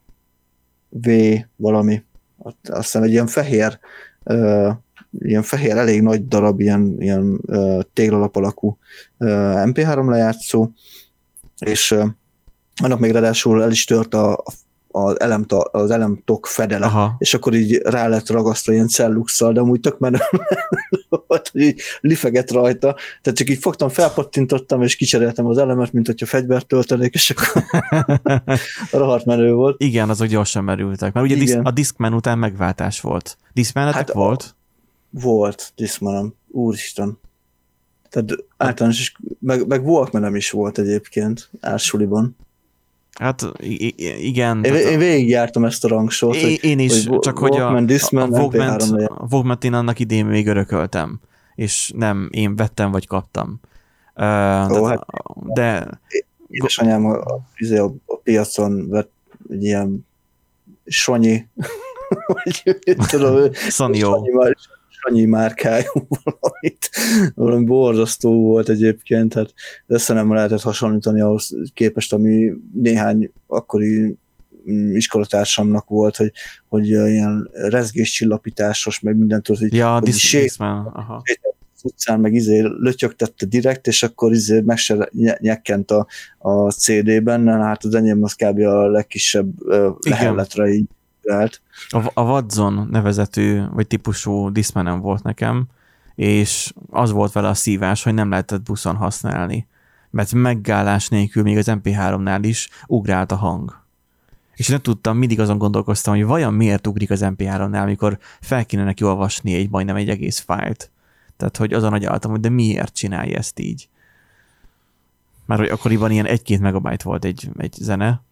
Speaker 3: V valami. Azt hiszem egy ilyen fehér, uh, ilyen fehér, elég nagy darab, ilyen, ilyen uh, téglalap alakú uh, em pé három lejátszó, és uh, annak még ráadásul el is tört a, az, elemta, az elemtok fedele, Aha. és akkor így rá lett ragasztva ilyen celluxszal, de amúgy tök menő volt, hogy így lifeget rajta, tehát csak így fogtam, felpattintottam, és kicseréltem az elemet, mint hogyha fegyvert töltenék, és akkor rohadt menő volt.
Speaker 1: Igen, azok gyorsan merültek, mert ugye Igen. a Discman után megváltás volt. Discmanetek hát volt?
Speaker 3: A, volt Discmanem, úristen. Tehát általános is, meg, meg Walkmanem is volt egyébként, ársuliban.
Speaker 1: Hát igen.
Speaker 3: Én, én végigjártam ezt a rangsort.
Speaker 1: Én, én is, hogy csak
Speaker 3: Walkman,
Speaker 1: hogy a,
Speaker 3: Discman,
Speaker 1: a Walkman-t én annak idén még örököltem, és nem én vettem vagy kaptam. Uh,
Speaker 3: Ó,
Speaker 1: de,
Speaker 3: hát,
Speaker 1: de
Speaker 3: édesanyám a, a, a, a piacon vett egy ilyen Sonyi, vagy tudom,
Speaker 1: Sanyo.
Speaker 3: Sanyi márkájú valamit. Valami borzasztó volt egyébként, hát össze nem lehetett hasonlítani ahhoz képest, ami néhány akkori iskolatársamnak volt, hogy, hogy ilyen rezgéscsillapításos, meg mindentől, hogy,
Speaker 1: ja,
Speaker 3: hogy
Speaker 1: Discman, aha.
Speaker 3: utcán meg izé lötyögtette direkt, és akkor izé meg se nyekkent a, a cé dében, hát az enyém az kb. A legkisebb lehelletre így állt.
Speaker 1: A, a Watson nevezetű, vagy típusú Discmanem volt nekem, és az volt vele a szívás, hogy nem lehetett buszon használni, mert megállás nélkül még az em pé háromnál is ugrált a hang. És nem tudtam, mindig azon gondolkoztam, hogy vajon miért ugrik az em pé háromnál, amikor fel kéne neki olvasni egy majdnem egy egész fájlt. Tehát, hogy azon agyaltam, hogy de miért csinálja ezt így. Mert hogy akkoriban ilyen egy-két megabyte volt egy, egy zene.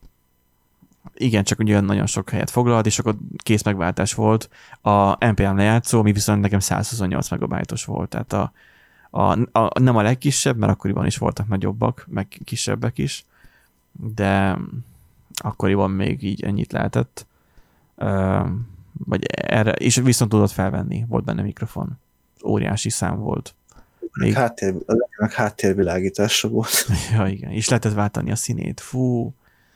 Speaker 1: Igen, csak ugye nagyon sok helyet foglalt, és akkor kész megváltás volt. A em pé három lejátszó, ami viszont nekem százhuszonnyolc megabajtos volt. Tehát a, a, a, nem a legkisebb, mert akkoriban is voltak nagyobbak, meg kisebbek is, de akkoriban még így ennyit lehetett. Uh, vagy erre, és viszont tudott felvenni, volt benne mikrofon. Óriási szám volt.
Speaker 3: Még... Háttér, meg háttérvilágításra volt.
Speaker 1: Ja, igen, és lehetett váltani a színét. Fú.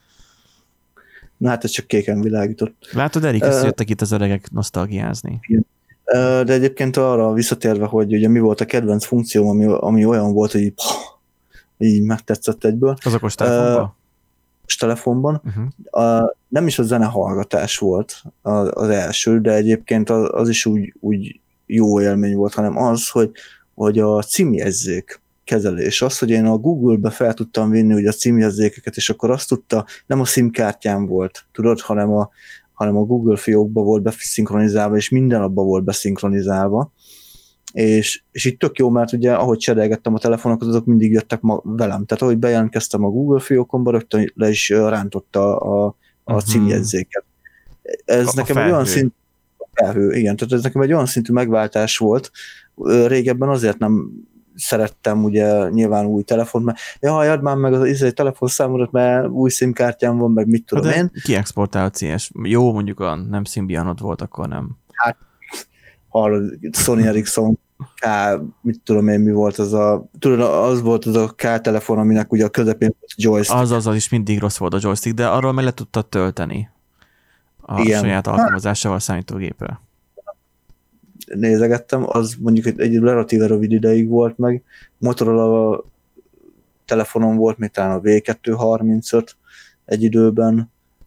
Speaker 3: Na hát ez csak kéken világított.
Speaker 1: Látod, Erik, ezt uh, jöttek itt az öregek nosztalgiázni.
Speaker 3: Igen. Uh, de egyébként arra visszatérve, hogy ugye mi volt a kedvenc funkcióm, ami, ami olyan volt, hogy így, pah, így megtetszett egyből.
Speaker 1: Az okos telefonban? Uh,
Speaker 3: telefonban. Uh-huh. Uh, nem is a zenehallgatás volt az első, de egyébként az, az is úgy, úgy jó élmény volt, hanem az, hogy, hogy a címjegyzék kezelés. Az, hogy én a Google-be fel tudtam vinni ugye a címjegyzékeket, és akkor azt tudta, nem a SIM-kártyám volt, tudod, hanem a, hanem a Google fiókba volt beszinkronizálva, és minden abba volt beszinkronizálva. És, és így tök jó, mert ugye ahogy cserélgettem a telefonokat, azok mindig jöttek ma velem. Tehát ahogy bejelentkeztem a Google fiókomba, rögtön le is rántotta a, a uh-huh. címjegyzéket. Ez a nekem egy olyan szint, felhő, igen, tehát ez nekem egy olyan szintű megváltás volt. Régebben azért nem szerettem ugye nyilván új telefont, mert jaj, add már meg az izé telefonszámodat, mert új SIM-kártyám van, meg mit tudom
Speaker 1: de
Speaker 3: én.
Speaker 1: Kiexportál a cé es. Jó, mondjuk a nem Symbianod volt, akkor nem.
Speaker 3: Hát, hallod, Sony Ericsson K, mit tudom én, mi volt az a, tudod, az volt az a K telefon, aminek ugye a közepén volt a joystick.
Speaker 1: Az, az, az is mindig rossz volt a joystick, de arról meg le tudtad tölteni. a
Speaker 3: Igen.
Speaker 1: saját alkalmazásával számítógépre.
Speaker 3: Nézegettem, az mondjuk egy, egy relatíve rövid ideig volt meg. Motorola telefonon volt, még talán a vé kettőszázharmincöt egy időben,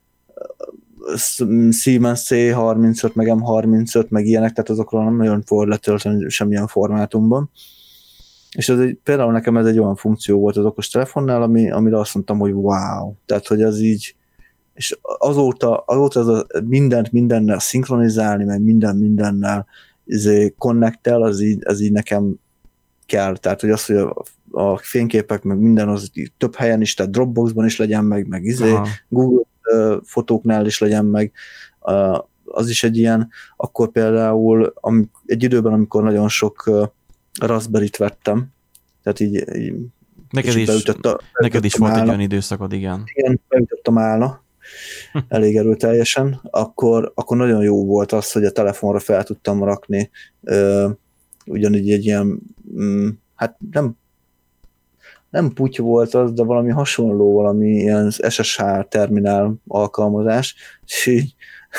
Speaker 3: Siemens cé harmincöt, meg em harmincöt, meg ilyenek, tehát azokról nem nagyon fog letölteni semmilyen formátumban. És ez egy, például nekem ez egy olyan funkció volt az okos telefonnál, ami, amire azt mondtam, hogy wow, tehát hogy az így, és azóta, azóta az a mindent mindennel szinkronizálni, meg minden mindennel connectel, az így, az így nekem kell, tehát hogy az, hogy a, a fényképek, meg minden az több helyen is, tehát Dropboxban is legyen meg, meg izé, Google uh, fotóknál is legyen meg, uh, az is egy ilyen, akkor például am, egy időben, amikor nagyon sok uh, Raspberry-t vettem, tehát így, így
Speaker 1: neked is, beütött a, neked is volt egy olyan időszakod, igen.
Speaker 3: Igen, beütött a málna, elég erőteljesen, akkor, akkor nagyon jó volt az, hogy a telefonra fel tudtam rakni uh, ugyanígy egy ilyen, mm, hát nem nem puty volt az, de valami hasonló, valami ilyen es es há terminál alkalmazás, és így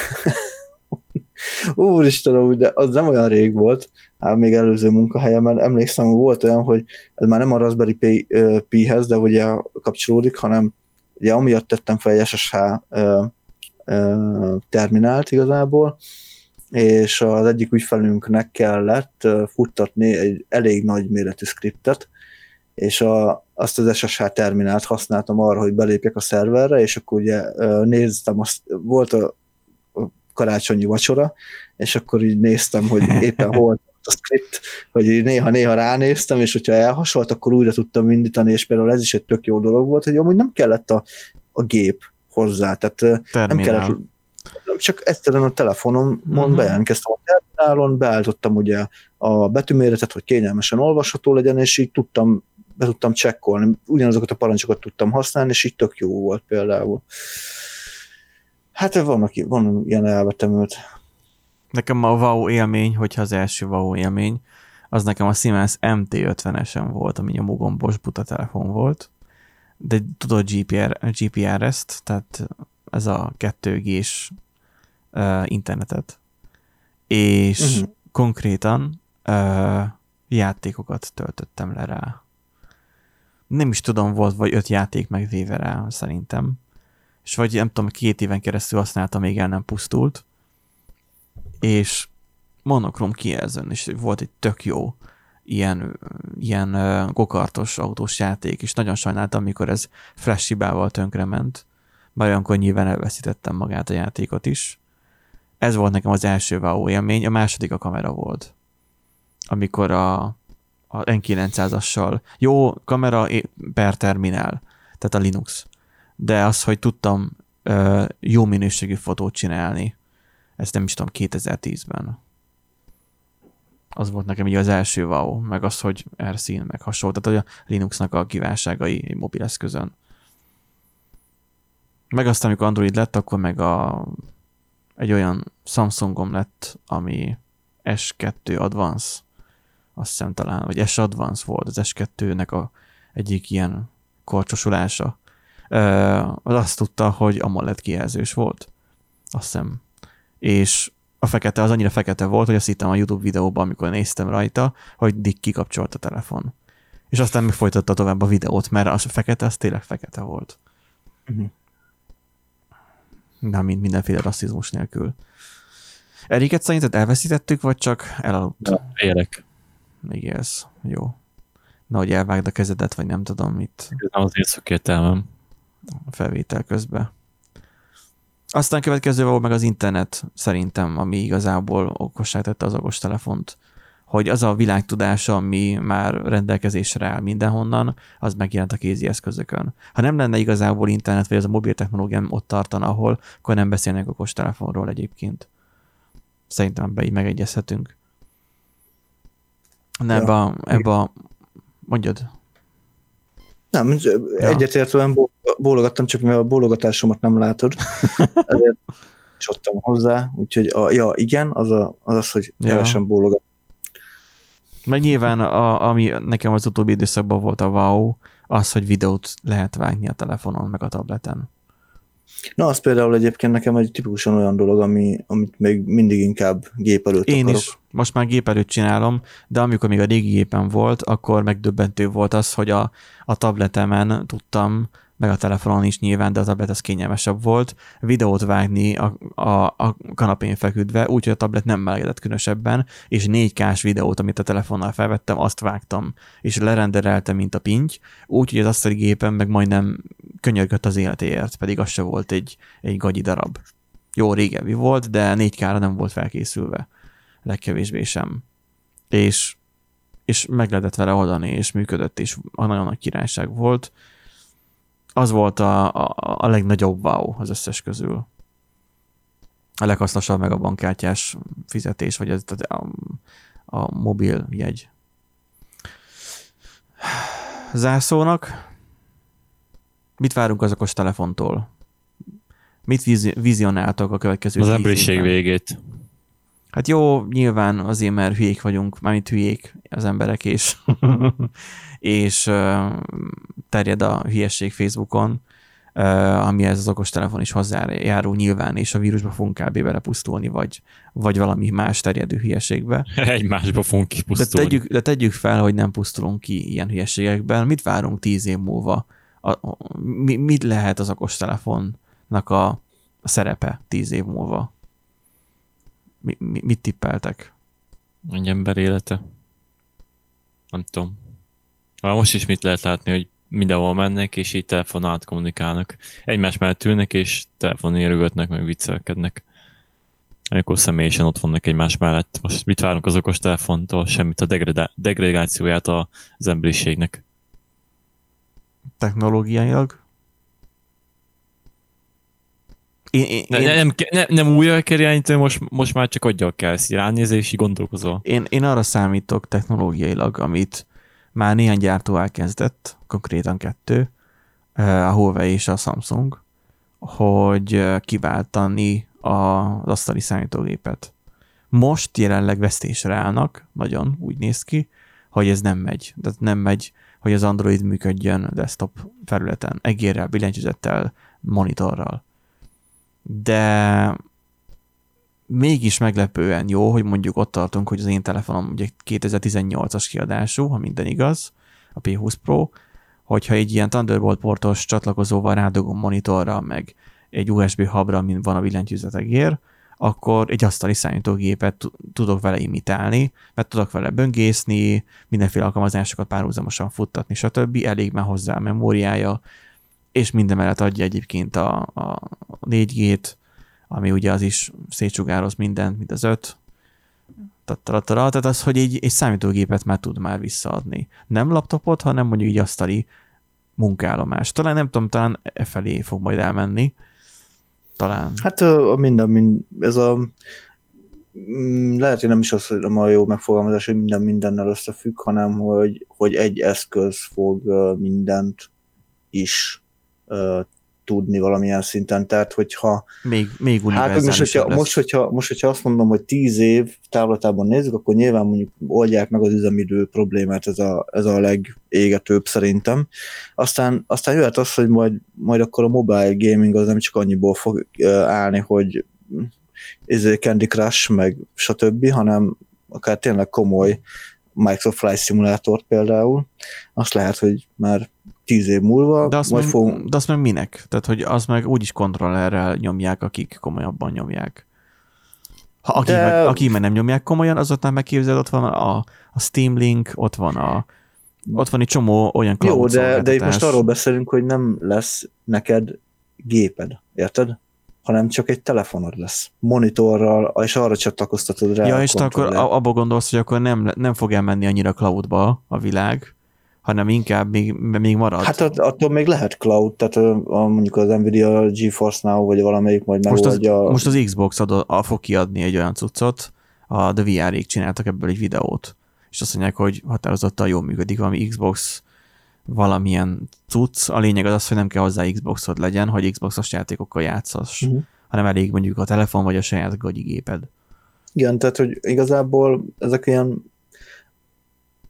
Speaker 3: úristen, de az nem olyan rég volt, hát még előző munkahelyemen, emlékszem, hogy volt olyan, hogy ez már nem a Raspberry Pi, uh, Pi-hez, de ugye kapcsolódik, hanem ugye amiatt tettem fel egy es es há uh, uh, terminált igazából, és az egyik ügyfelünknek kellett uh, futtatni egy elég nagy méretű skriptet, és a, azt az es es há terminált használtam arra, hogy belépjek a szerverre, és akkor ugye uh, néztem, azt, volt a, a karácsonyi vacsora, és akkor így néztem, hogy éppen hol a script, hogy néha-néha ránéztem, és hogyha elhasolt, akkor újra tudtam indítani, és például ez is egy tök jó dolog volt, hogy amúgy nem kellett a, a gép hozzá, tehát terminál. Nem kellett, csak egyszerűen a telefonon uh-huh. bejelentkeztem a terminálon, beállítottam ugye a betűméretet, hogy kényelmesen olvasható legyen, és így tudtam, be tudtam csekkolni, ugyanazokat a parancsokat tudtam használni, és így tök jó volt például. Hát van, aki, van ilyen elvetemült.
Speaker 1: Nekem a wow élmény, hogyha az első wow élmény, az nekem a Siemens em té ötvenesen volt, ami nyomogombos buta telefon volt, de tudod gé pé er, gé pé er es-t, tehát ez a kettő gés uh, internetet, és uh-huh. konkrétan uh, játékokat töltöttem le rá. Nem is tudom, volt vagy öt játék megvéve rá, szerintem. És vagy nem tudom, két éven keresztül használtam, még el nem pusztult. És monokrom kijelzőn, és volt egy tök jó ilyen, ilyen uh, gokartos autós játék, és nagyon sajnáltam, amikor ez flash hibával tönkrement, bár olyankor nyilván elveszítettem magát a játékot is. Ez volt nekem az első wow élmény, a második a kamera volt. Amikor a, a en kilencszázassal jó kamera per terminál, tehát a Linux, de az, hogy tudtam uh, jó minőségű fotót csinálni, ezt nem is tudom, kétezer-tízben. Az volt nekem így az első wow, meg az, hogy erszín, meg hasonló, tehát a Linuxnak a kívánságai egy mobileszközön. Meg aztán, amikor Android lett, akkor meg a, egy olyan Samsungom lett, ami es kettő Advance, azt hiszem talán, vagy S Advance volt az es kettőnek a egyik ilyen korcsosulása. Az azt tudta, hogy AMOLED kijelzős volt. Azt hiszem. És a fekete, az annyira fekete volt, hogy azt hittem a YouTube videóban, amikor néztem rajta, hogy Dick kikapcsolt a telefon. És aztán még folytatta tovább a videót, mert a fekete, az tényleg fekete volt. Uh-huh. Na, mind, mindenféle rasszizmus nélkül. Eriket szerinted elveszítettük, vagy csak elaludt?
Speaker 4: Ja, élek.
Speaker 1: Még élsz. Jó. Na, hogy elvágd a kezedet, vagy nem tudom mit.
Speaker 4: Ez nem az én szakértelmem.
Speaker 1: A felvétel közben. Aztán következő volt meg az internet, szerintem, ami igazából okossá tette az okostelefont, hogy az a világtudás, ami már rendelkezésre áll mindenhonnan, az megjelent a kézi eszközökön. Ha nem lenne igazából internet, vagy az a mobil technológia ott tartana, ahol, akkor nem beszélnek okostelefonról egyébként. Szerintem ebbe így megegyezhetünk. Na, ebbe a, ebbe a... Mondjad.
Speaker 3: Nem, ja. Egyetértően bólogattam, csak mivel a bólogatásomat nem látod, ezért csottam hozzá, úgyhogy a, ja, igen, az, a, az az, hogy kevesen ja. bólogat.
Speaker 1: Meg nyilván, a, ami nekem az utóbbi időszakban volt a wow, az, hogy videót lehet vágni a telefonon, meg a tableten.
Speaker 3: Na, az például egyébként nekem egy tipikusan olyan dolog, ami, amit még mindig inkább gép előtt
Speaker 1: Én
Speaker 3: akarok.
Speaker 1: is most már gép előtt csinálom, de amikor még a régi gépen volt, akkor megdöbbentő volt az, hogy a, a tabletemen tudtam, meg a telefonon is nyilván, de a tablet az kényelmesebb volt, videót vágni a, a, a kanapén feküdve, úgyhogy a tablet nem melegedett különösebben, és négy kás videót, amit a telefonnal felvettem, azt vágtam, és lerendereltem, mint a pinty, úgyhogy az asztali gépen meg majdnem könyörgött az életéért, pedig az se volt egy, egy gagyi darab. Jó, régebbi volt, de négy kára nem volt felkészülve. Legkevésbé sem. És, és meg lehetett vele oldani, és működött, és a nagyon nagy királyság volt. Az volt a, a, a legnagyobb wow az összes közül. A leghasznosabb meg a bankkártyás fizetés, vagy ez, a, a mobil jegy. Zászlónak. Mit várunk az okos telefontól? Mit vizi- vizionáltak a következő
Speaker 4: Az
Speaker 1: tíz
Speaker 4: emberiség
Speaker 1: évben?
Speaker 4: végét.
Speaker 1: Hát jó, nyilván azért, mert hülyék vagyunk, mármint hülyék az emberek, és, és uh, terjed a hülyesség Facebookon, uh, ami ez az okostelefon is hozzájárul nyilván, és a vírusba fogunk kb. Belepusztulni, vagy, vagy valami más terjedő hülyeségbe.
Speaker 4: Egymásba fogunk
Speaker 1: De
Speaker 4: kipusztulni.
Speaker 1: tegyük, de tegyük fel, hogy nem pusztulunk ki ilyen hülyeségekben. Mit várunk tíz év múlva? A, a, mi, mit lehet az okostelefonnak a, a szerepe tíz év múlva? Mi, mi, mit tippeltek?
Speaker 4: Egy ember élete. Nem tudom. Már most is mit lehet látni, hogy mindenhol mennek, és így telefonon át kommunikálnak. Egymás mellett ülnek, és telefonon érőgötnek, meg viccelkednek. Amikor személyesen ott vannak egymás mellett. Most mit várunk az okos telefontól? Semmit, a degreda- degregációját az emberiségnek.
Speaker 1: Technológiailag? Én, én,
Speaker 4: Ne,
Speaker 1: én,
Speaker 4: nem, nem, nem újra kell irányítani, most, most már csak adja kell ezt ránézni, és így gondolkozol.
Speaker 1: én, én arra számítok technológiailag, amit már néhány gyártó elkezdett, konkrétan kettő, a Huawei és a Samsung, hogy kiváltani az asztali számítógépet. Most jelenleg vesztésre állnak, nagyon úgy néz ki, hogy ez nem megy. Tehát nem megy, hogy az Android működjön desktop felületen, egérrel, billentyűzettel, monitorral. De mégis meglepően jó, hogy mondjuk ott tartunk, hogy az én telefonom ugye kétezer-tizennyolcas kiadású, ha minden igaz, a P húsz Pro, hogyha egy ilyen Thunderbolt portos csatlakozóval rádugom monitorra, meg egy u es bé hubra, mint van a billentyűzet egér, akkor egy asztali számítógépet tudok vele imitálni, mert tudok vele böngészni, mindenféle alkalmazásokat párhuzamosan futtatni, stb. Elég már hozzá a memóriája, és minden mellett adja egyébként a, a négy gét, ami ugye az is szétsugároz mindent, mint az öt. Tattaratara. Tehát az, hogy egy, egy számítógépet már tud már visszaadni. Nem laptopot, hanem mondjuk így asztali munkállomás. Talán nem tudom, talán e felé fog majd elmenni. Talán.
Speaker 3: Hát a minden, mind, ez a lehet, hogy nem is az hogy a jó megfogalmazás, hogy minden mindennel összefügg, hanem hogy, hogy egy eszköz fog mindent is uh, tudni valamilyen szinten. Tehát, hogyha
Speaker 1: még, még
Speaker 3: hát most hogyha, most, hogyha, most, hogyha azt mondom, hogy tíz év távlatában nézzük, akkor nyilván mondjuk oldják meg az üzemidő problémát, ez a, ez a legégetőbb szerintem. Aztán, aztán jöhet az, hogy majd, majd akkor a mobile gaming az nem csak annyiból fog állni, hogy ez Candy Crush, meg stb., hanem akár tényleg komoly Microsoft Flight Simulator például. Azt lehet, hogy már tíz év múlva
Speaker 1: de azt,
Speaker 3: majd
Speaker 1: meg,
Speaker 3: fog...
Speaker 1: de azt meg minek? Tehát, hogy azt meg úgyis kontrollerrel nyomják, akik komolyabban nyomják. Ha akik, de... meg, akik meg nem nyomják komolyan, azoknál megképzeled, ott van a, a Steam Link, ott van a ott van egy csomó olyan cloud
Speaker 3: Jó, de, de itt most arról beszélünk, hogy nem lesz neked géped, érted? Hanem csak egy telefonod lesz. Monitorral, és arra csatlakoztatod rá.
Speaker 1: Ja, és te akkor abba gondolsz, hogy akkor nem, nem fog elmenni annyira cloudba a világ, hanem inkább még, még marad.
Speaker 3: Hát att, attól még lehet cloud, tehát a, a, mondjuk az Nvidia GeForce Now, vagy valamelyik majd megoldja.
Speaker 1: Most az, most az Xbox ad, a, fog kiadni egy olyan cuccot, a The vé er-ék csináltak ebből egy videót, és azt mondják, hogy határozottan jól működik valami Xbox valamilyen cucc. A lényeg az az, hogy nem kell hozzá Xboxod legyen, hogy Xboxos játékokkal játszass, uh-huh. hanem elég mondjuk a telefon vagy a saját gagyi géped.
Speaker 3: Igen, tehát hogy igazából ezek ilyen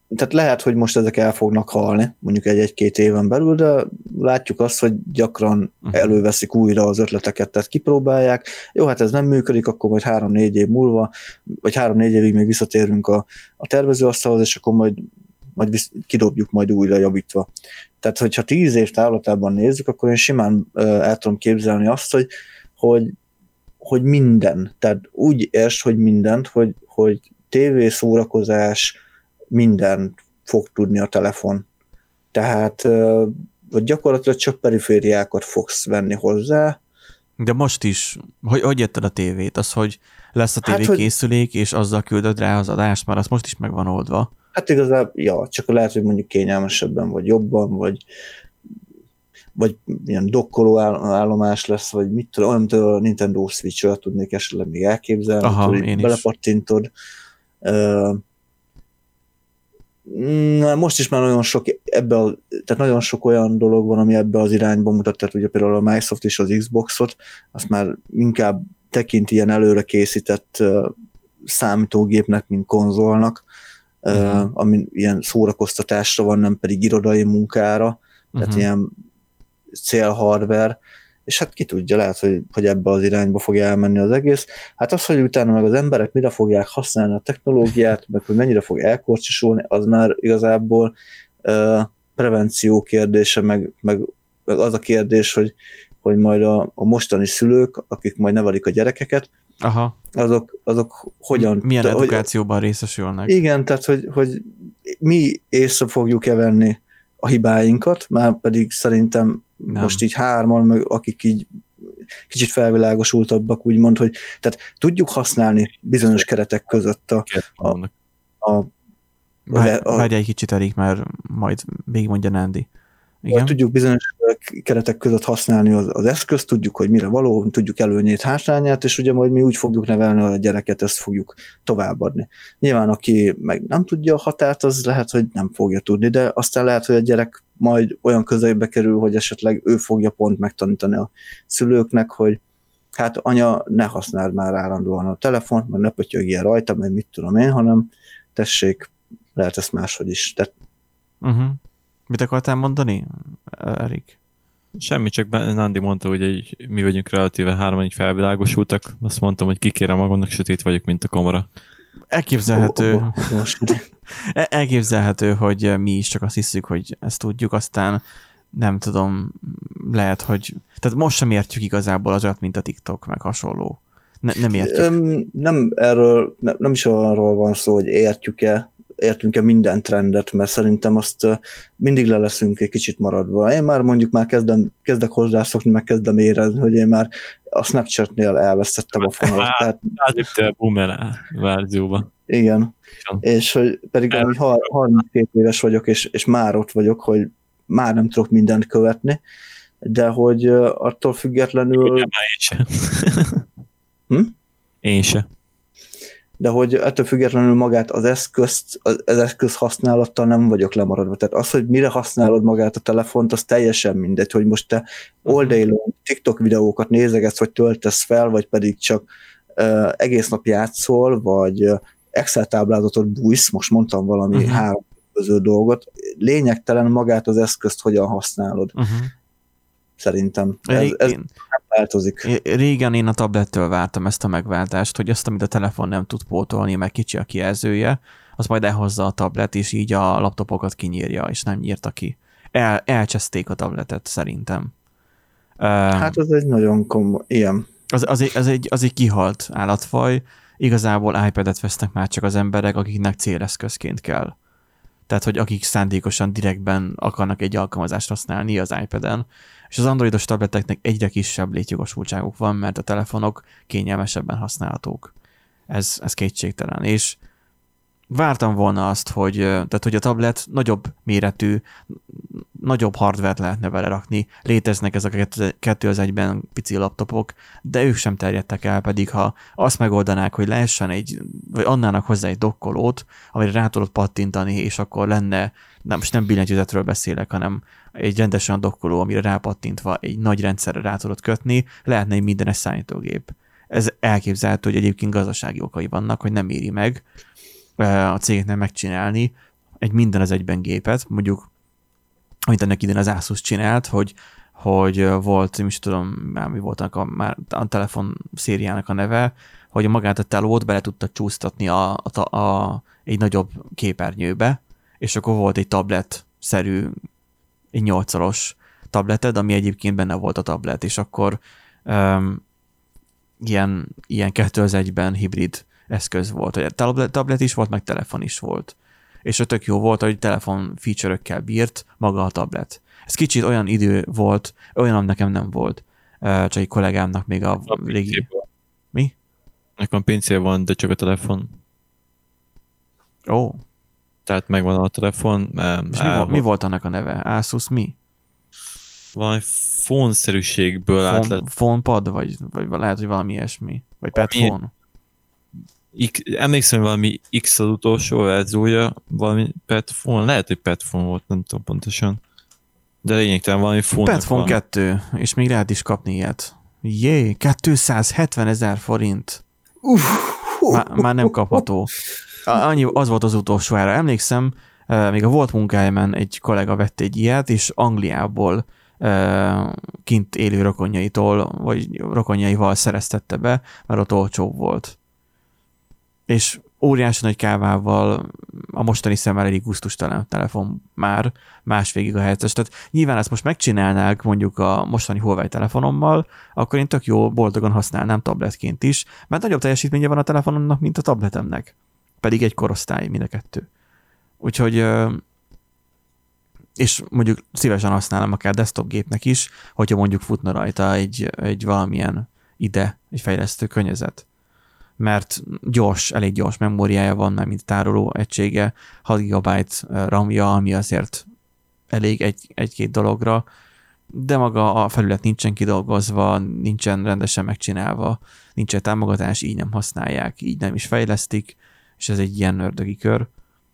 Speaker 3: tehát lehet, hogy most ezek el fognak halni, mondjuk egy-egy-két éven belül, de látjuk azt, hogy gyakran előveszik újra az ötleteket, tehát kipróbálják. Jó, hát ez nem működik, akkor majd három-négy év múlva, vagy három-négy évig még visszatérünk a, a tervezőasztalhoz, és akkor majd, majd visz, kidobjuk majd újra javítva. Tehát, hogyha tíz év távlatában nézzük, akkor én simán uh, el tudom képzelni azt, hogy, hogy, hogy minden, tehát úgy érts, hogy mindent, hogy, hogy tévé, szórakozás, minden fog tudni a telefon. Tehát uh, gyakorlatilag csak perifériákat fogsz venni hozzá.
Speaker 1: De most is, hogy, hogy jötted a tévét? Az, hogy lesz a tévé
Speaker 3: hát,
Speaker 1: készülék, és azzal küldöd rá az adást, mert az most is meg van oldva.
Speaker 3: Hát igazából, ja, csak lehet, hogy mondjuk kényelmesebben, vagy jobban, vagy vagy ilyen dokkoló állomás lesz, vagy mit tudom, olyan, mint a Nintendo Switch-ről tudnék esetleg még elképzelni,
Speaker 1: Aha,
Speaker 3: hogy belepattintod. Uh, Na, most is már nagyon sok ebbe a, tehát nagyon sok olyan dolog van, ami ebbe az irányba mutat, tehát ugye például a Microsoft és az Xboxot, azt már inkább tekint ilyen előre készített uh, számítógépnek, mint konzolnak, uh-huh. uh, ami ilyen szórakoztatásra van, nem pedig irodai munkára, tehát uh-huh. ilyen célhardware, és hát ki tudja, lehet, hogy, hogy ebbe az irányba fog elmenni az egész. Hát az, hogy utána meg az emberek mire fogják használni a technológiát, meg hogy mennyire fog elkorcsosulni, az már igazából uh, prevenció kérdése, meg, meg, meg az a kérdés, hogy, hogy majd a, a mostani szülők, akik majd nevelik a gyerekeket,
Speaker 1: Aha.
Speaker 3: Azok, azok hogyan...
Speaker 1: Milyen
Speaker 3: te,
Speaker 1: edukációban hogy, részesülnek.
Speaker 3: Igen, tehát hogy, hogy mi észre fogjuk-e venni a hibáinkat, már pedig szerintem nem. Most így hárman, meg akik így kicsit felvilágosultabbak, úgymond, hogy tehát tudjuk használni bizonyos keretek között a... a, a,
Speaker 1: a, a Várj egy kicsit, Erik, mert majd végigmondja Nándi.
Speaker 3: Igen? Tudjuk bizonyos keretek között használni az, az eszközt, tudjuk, hogy mire való, tudjuk előnyét, hátrányát, és ugye majd mi úgy fogjuk nevelni a gyereket, ezt fogjuk továbbadni. Nyilván, aki meg nem tudja a határt, az lehet, hogy nem fogja tudni, de aztán lehet, hogy a gyerek majd olyan közelébe kerül, hogy esetleg ő fogja pont megtanítani a szülőknek, hogy hát anya, ne használd már állandóan a telefont, mert ne pötyögjél rajta, mert mit tudom én, hanem tessék, lehet ezt máshogy is. Tehát
Speaker 1: uh-huh. Mit akartál mondani, Erik?
Speaker 4: Semmi, csak Nandi mondta, hogy egy, mi vagyunk relatíve hárman így felvilágosultak. Azt mondtam, hogy kikérem magamnak, sötét vagyok, mint a kamara.
Speaker 1: Elképzelhető. Oh, oh, oh. Elképzelhető, hogy mi is csak azt hiszük, hogy ezt tudjuk, aztán nem tudom, lehet, hogy... Tehát most sem értjük igazából az olyat, mint a TikTok, meg hasonló. Ne, nem értjük.
Speaker 3: Nem erről, nem, nem is arról van szó, hogy értjük-e, értünk-e minden trendet, mert szerintem azt mindig le leszünk egy kicsit maradva. Én már mondjuk már kezdem, kezdek hozzászokni, meg kezdem érezni, hogy én már a Snapchatnél elvesztettem a fonalat. Tehát...
Speaker 4: Állítja a boomer verzióban.
Speaker 3: Igen. És hogy pedig amúgy harminckét éves vagyok, és, és már ott vagyok, hogy már nem tudok mindent követni, de hogy attól függetlenül...
Speaker 4: Én se.
Speaker 3: hm?
Speaker 4: Én se.
Speaker 3: De hogy ettől függetlenül magát az eszközt, az eszköz használattal nem vagyok lemaradva. Tehát az, hogy mire használod magát a telefont, az teljesen mindegy, hogy most te all day long TikTok videókat nézegetsz, vagy töltesz fel, vagy pedig csak uh, egész nap játszol, vagy uh, Excel táblázatot bújsz, most mondtam valami uh-huh. három közül dolgot. Lényegtelen magát az eszközt hogyan használod. Uh-huh. Szerintem. Ez, ez nem változik.
Speaker 1: Régen én a tablettől vártam ezt a megváltást, hogy azt, amit a telefon nem tud pótolni, meg kicsi a kijelzője, az majd elhozza a tablet, és így a laptopokat kinyírja, és nem nyírta ki. El, elcseszték a tabletet, szerintem.
Speaker 3: Hát ez egy nagyon komoly, ilyen.
Speaker 1: Az, az, egy, az, egy, az egy kihalt állatfaj. Igazából iPad-et vesznek már csak az emberek, akiknek céleszközként kell. Tehát, hogy akik szándékosan direktben akarnak egy alkalmazást használni az iPad-en, és az androidos tableteknek egyre kisebb létjogosultságuk van, mert a telefonok kényelmesebben használhatók. Ez, ez kétségtelen. És vártam volna azt, hogy, tehát, hogy a tablet nagyobb méretű, nagyobb hardware-t lehetne vele rakni, léteznek ezek a kettő az egyben pici laptopok, de ők sem terjedtek el, pedig ha azt megoldanák, hogy lehessen egy, vagy adnának hozzá egy dokkolót, amire rá tudod pattintani, és akkor lenne, nem, most nem billentyűzetről beszélek, hanem egy rendesen dokkoló, amire rápattintva egy nagy rendszerre rá tudod kötni, lehetne egy mindenes számítógép. Ez elképzelhető, hogy egyébként gazdasági okai vannak, hogy nem éri meg a cégeknek megcsinálni, egy minden az egyben gépet, mondjuk, amit ennek idén az Asus csinált, hogy, hogy volt, nem is tudom, már mi volt a, már a telefon szériának a neve, hogy magát a telót bele tudta csúsztatni a, a, a, egy nagyobb képernyőbe, és akkor volt egy tablet-szerű, egy nyolcszoros tableted, ami egyébként benne volt a tablet, és akkor um, ilyen, ilyen kettő az egyben hibrid eszköz volt, hogy tablet, tablet is volt, meg telefon is volt. És tök jó volt, hogy telefon feature-ökkel bírt maga a tablet. Ez kicsit olyan idő volt, olyan nekem nem volt. Csak egy kollégámnak még a, a régi... Mi?
Speaker 4: Nekem pincél van, de csak a telefon.
Speaker 1: Ó. Oh.
Speaker 4: Tehát megvan a telefon.
Speaker 1: És mi, volt, mi volt annak a neve? Asus mi?
Speaker 4: Valami fónszerűségből
Speaker 1: Phone,
Speaker 4: át lett.
Speaker 1: Phonepad, vagy, vagy lehet, hogy valami ilyesmi. Vagy petphone.
Speaker 4: Emlékszem, hogy valami X az utolsó verziója, valami petphone, lehet, hogy petphone volt, nem tudom pontosan. De lényegtelen valami phone.
Speaker 1: Petphone kettő, és még lehet is kapni ilyet. Jé, kétszázhetven ezer forint.
Speaker 3: Uff.
Speaker 1: Már, már nem kapható. Annyi, az volt az utolsó ára. Emlékszem, még a volt munkájában egy kollega vett egy ilyet, és Angliából kint élő rokonjaitól, vagy rokonjaival szereztette be, mert ott olcsó volt. És óriási nagy kávával a mostani szemmel elég gusztustalan telefon már másfél gigahertzes. Tehát nyilván ezt most megcsinálnák mondjuk a mostani Huawei telefonommal, akkor én tök jó, boldogan használnám tabletként is, mert nagyobb teljesítménye van a telefonomnak, mint a tabletemnek. Pedig egy korosztály, mind a kettő. Úgyhogy és mondjuk szívesen használom akár desktop gépnek is, hogyha mondjuk futna rajta egy, egy valamilyen ide, egy fejlesztő környezet. Mert gyors, elég gyors memóriája van, már mint tároló egysége, hat gigabyte RAM-ja, ami azért elég egy, egy-két dologra, de maga a felület nincsen kidolgozva, nincsen rendesen megcsinálva, nincsen támogatás, így nem használják, így nem is fejlesztik, és ez egy ilyen ördögi kör.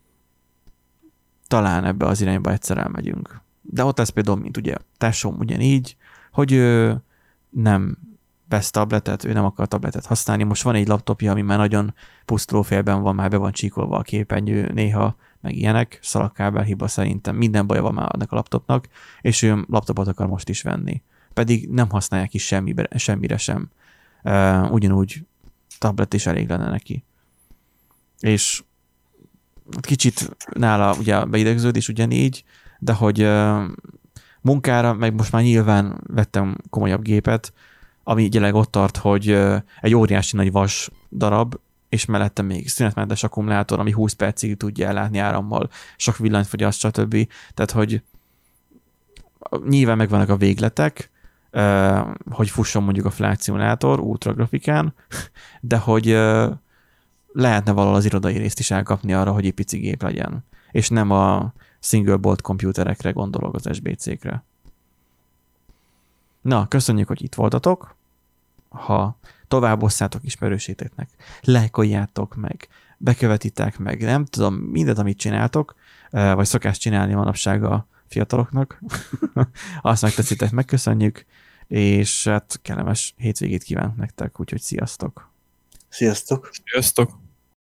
Speaker 1: Talán ebbe az irányba egyszer elmegyünk. De ott ez például, mint ugye társam ugyanígy, hogy ő nem vesz tabletet, ő nem akar tabletet használni. Most van egy laptopja, ami már nagyon pusztuló félben van, már be van csíkolva a képernyő néha, meg ilyenek, szalagkábel hiba szerintem, minden baja van már annak a laptopnak, és ő laptopot akar most is venni. Pedig nem használják is semmire, semmire sem. Uh, ugyanúgy tablet is elég lenne neki. És kicsit nála ugye a beidegződés ugyanígy, de hogy uh, munkára, meg most már nyilván vettem komolyabb gépet, ami gyeleg ott tart, hogy uh, egy óriási nagy vas darab, és mellette még szünetmentes akkumulátor, ami húsz percig tudja ellátni árammal, sok villanyt fogyaszt, stb. Tehát, hogy nyilván megvannak a végletek, uh, hogy fusson mondjuk a Flight Simulator ultra grafikán, de hogy uh, lehetne valahol az irodai részt is elkapni arra, hogy egy pici gép legyen. És nem a single board komputerekre gondolok, az es bé cé-kre. Na, köszönjük, hogy itt voltatok. Ha tovább osszátok ismerőséteknek, lájkoljátok meg, bekövetitek meg, nem tudom, mindent, amit csináltok, vagy szokás csinálni manapság a fiataloknak, azt megtetszitek, megköszönjük, és hát kellemes hétvégét kívánok nektek, úgyhogy sziasztok!
Speaker 3: Sziasztok!
Speaker 4: Sziasztok!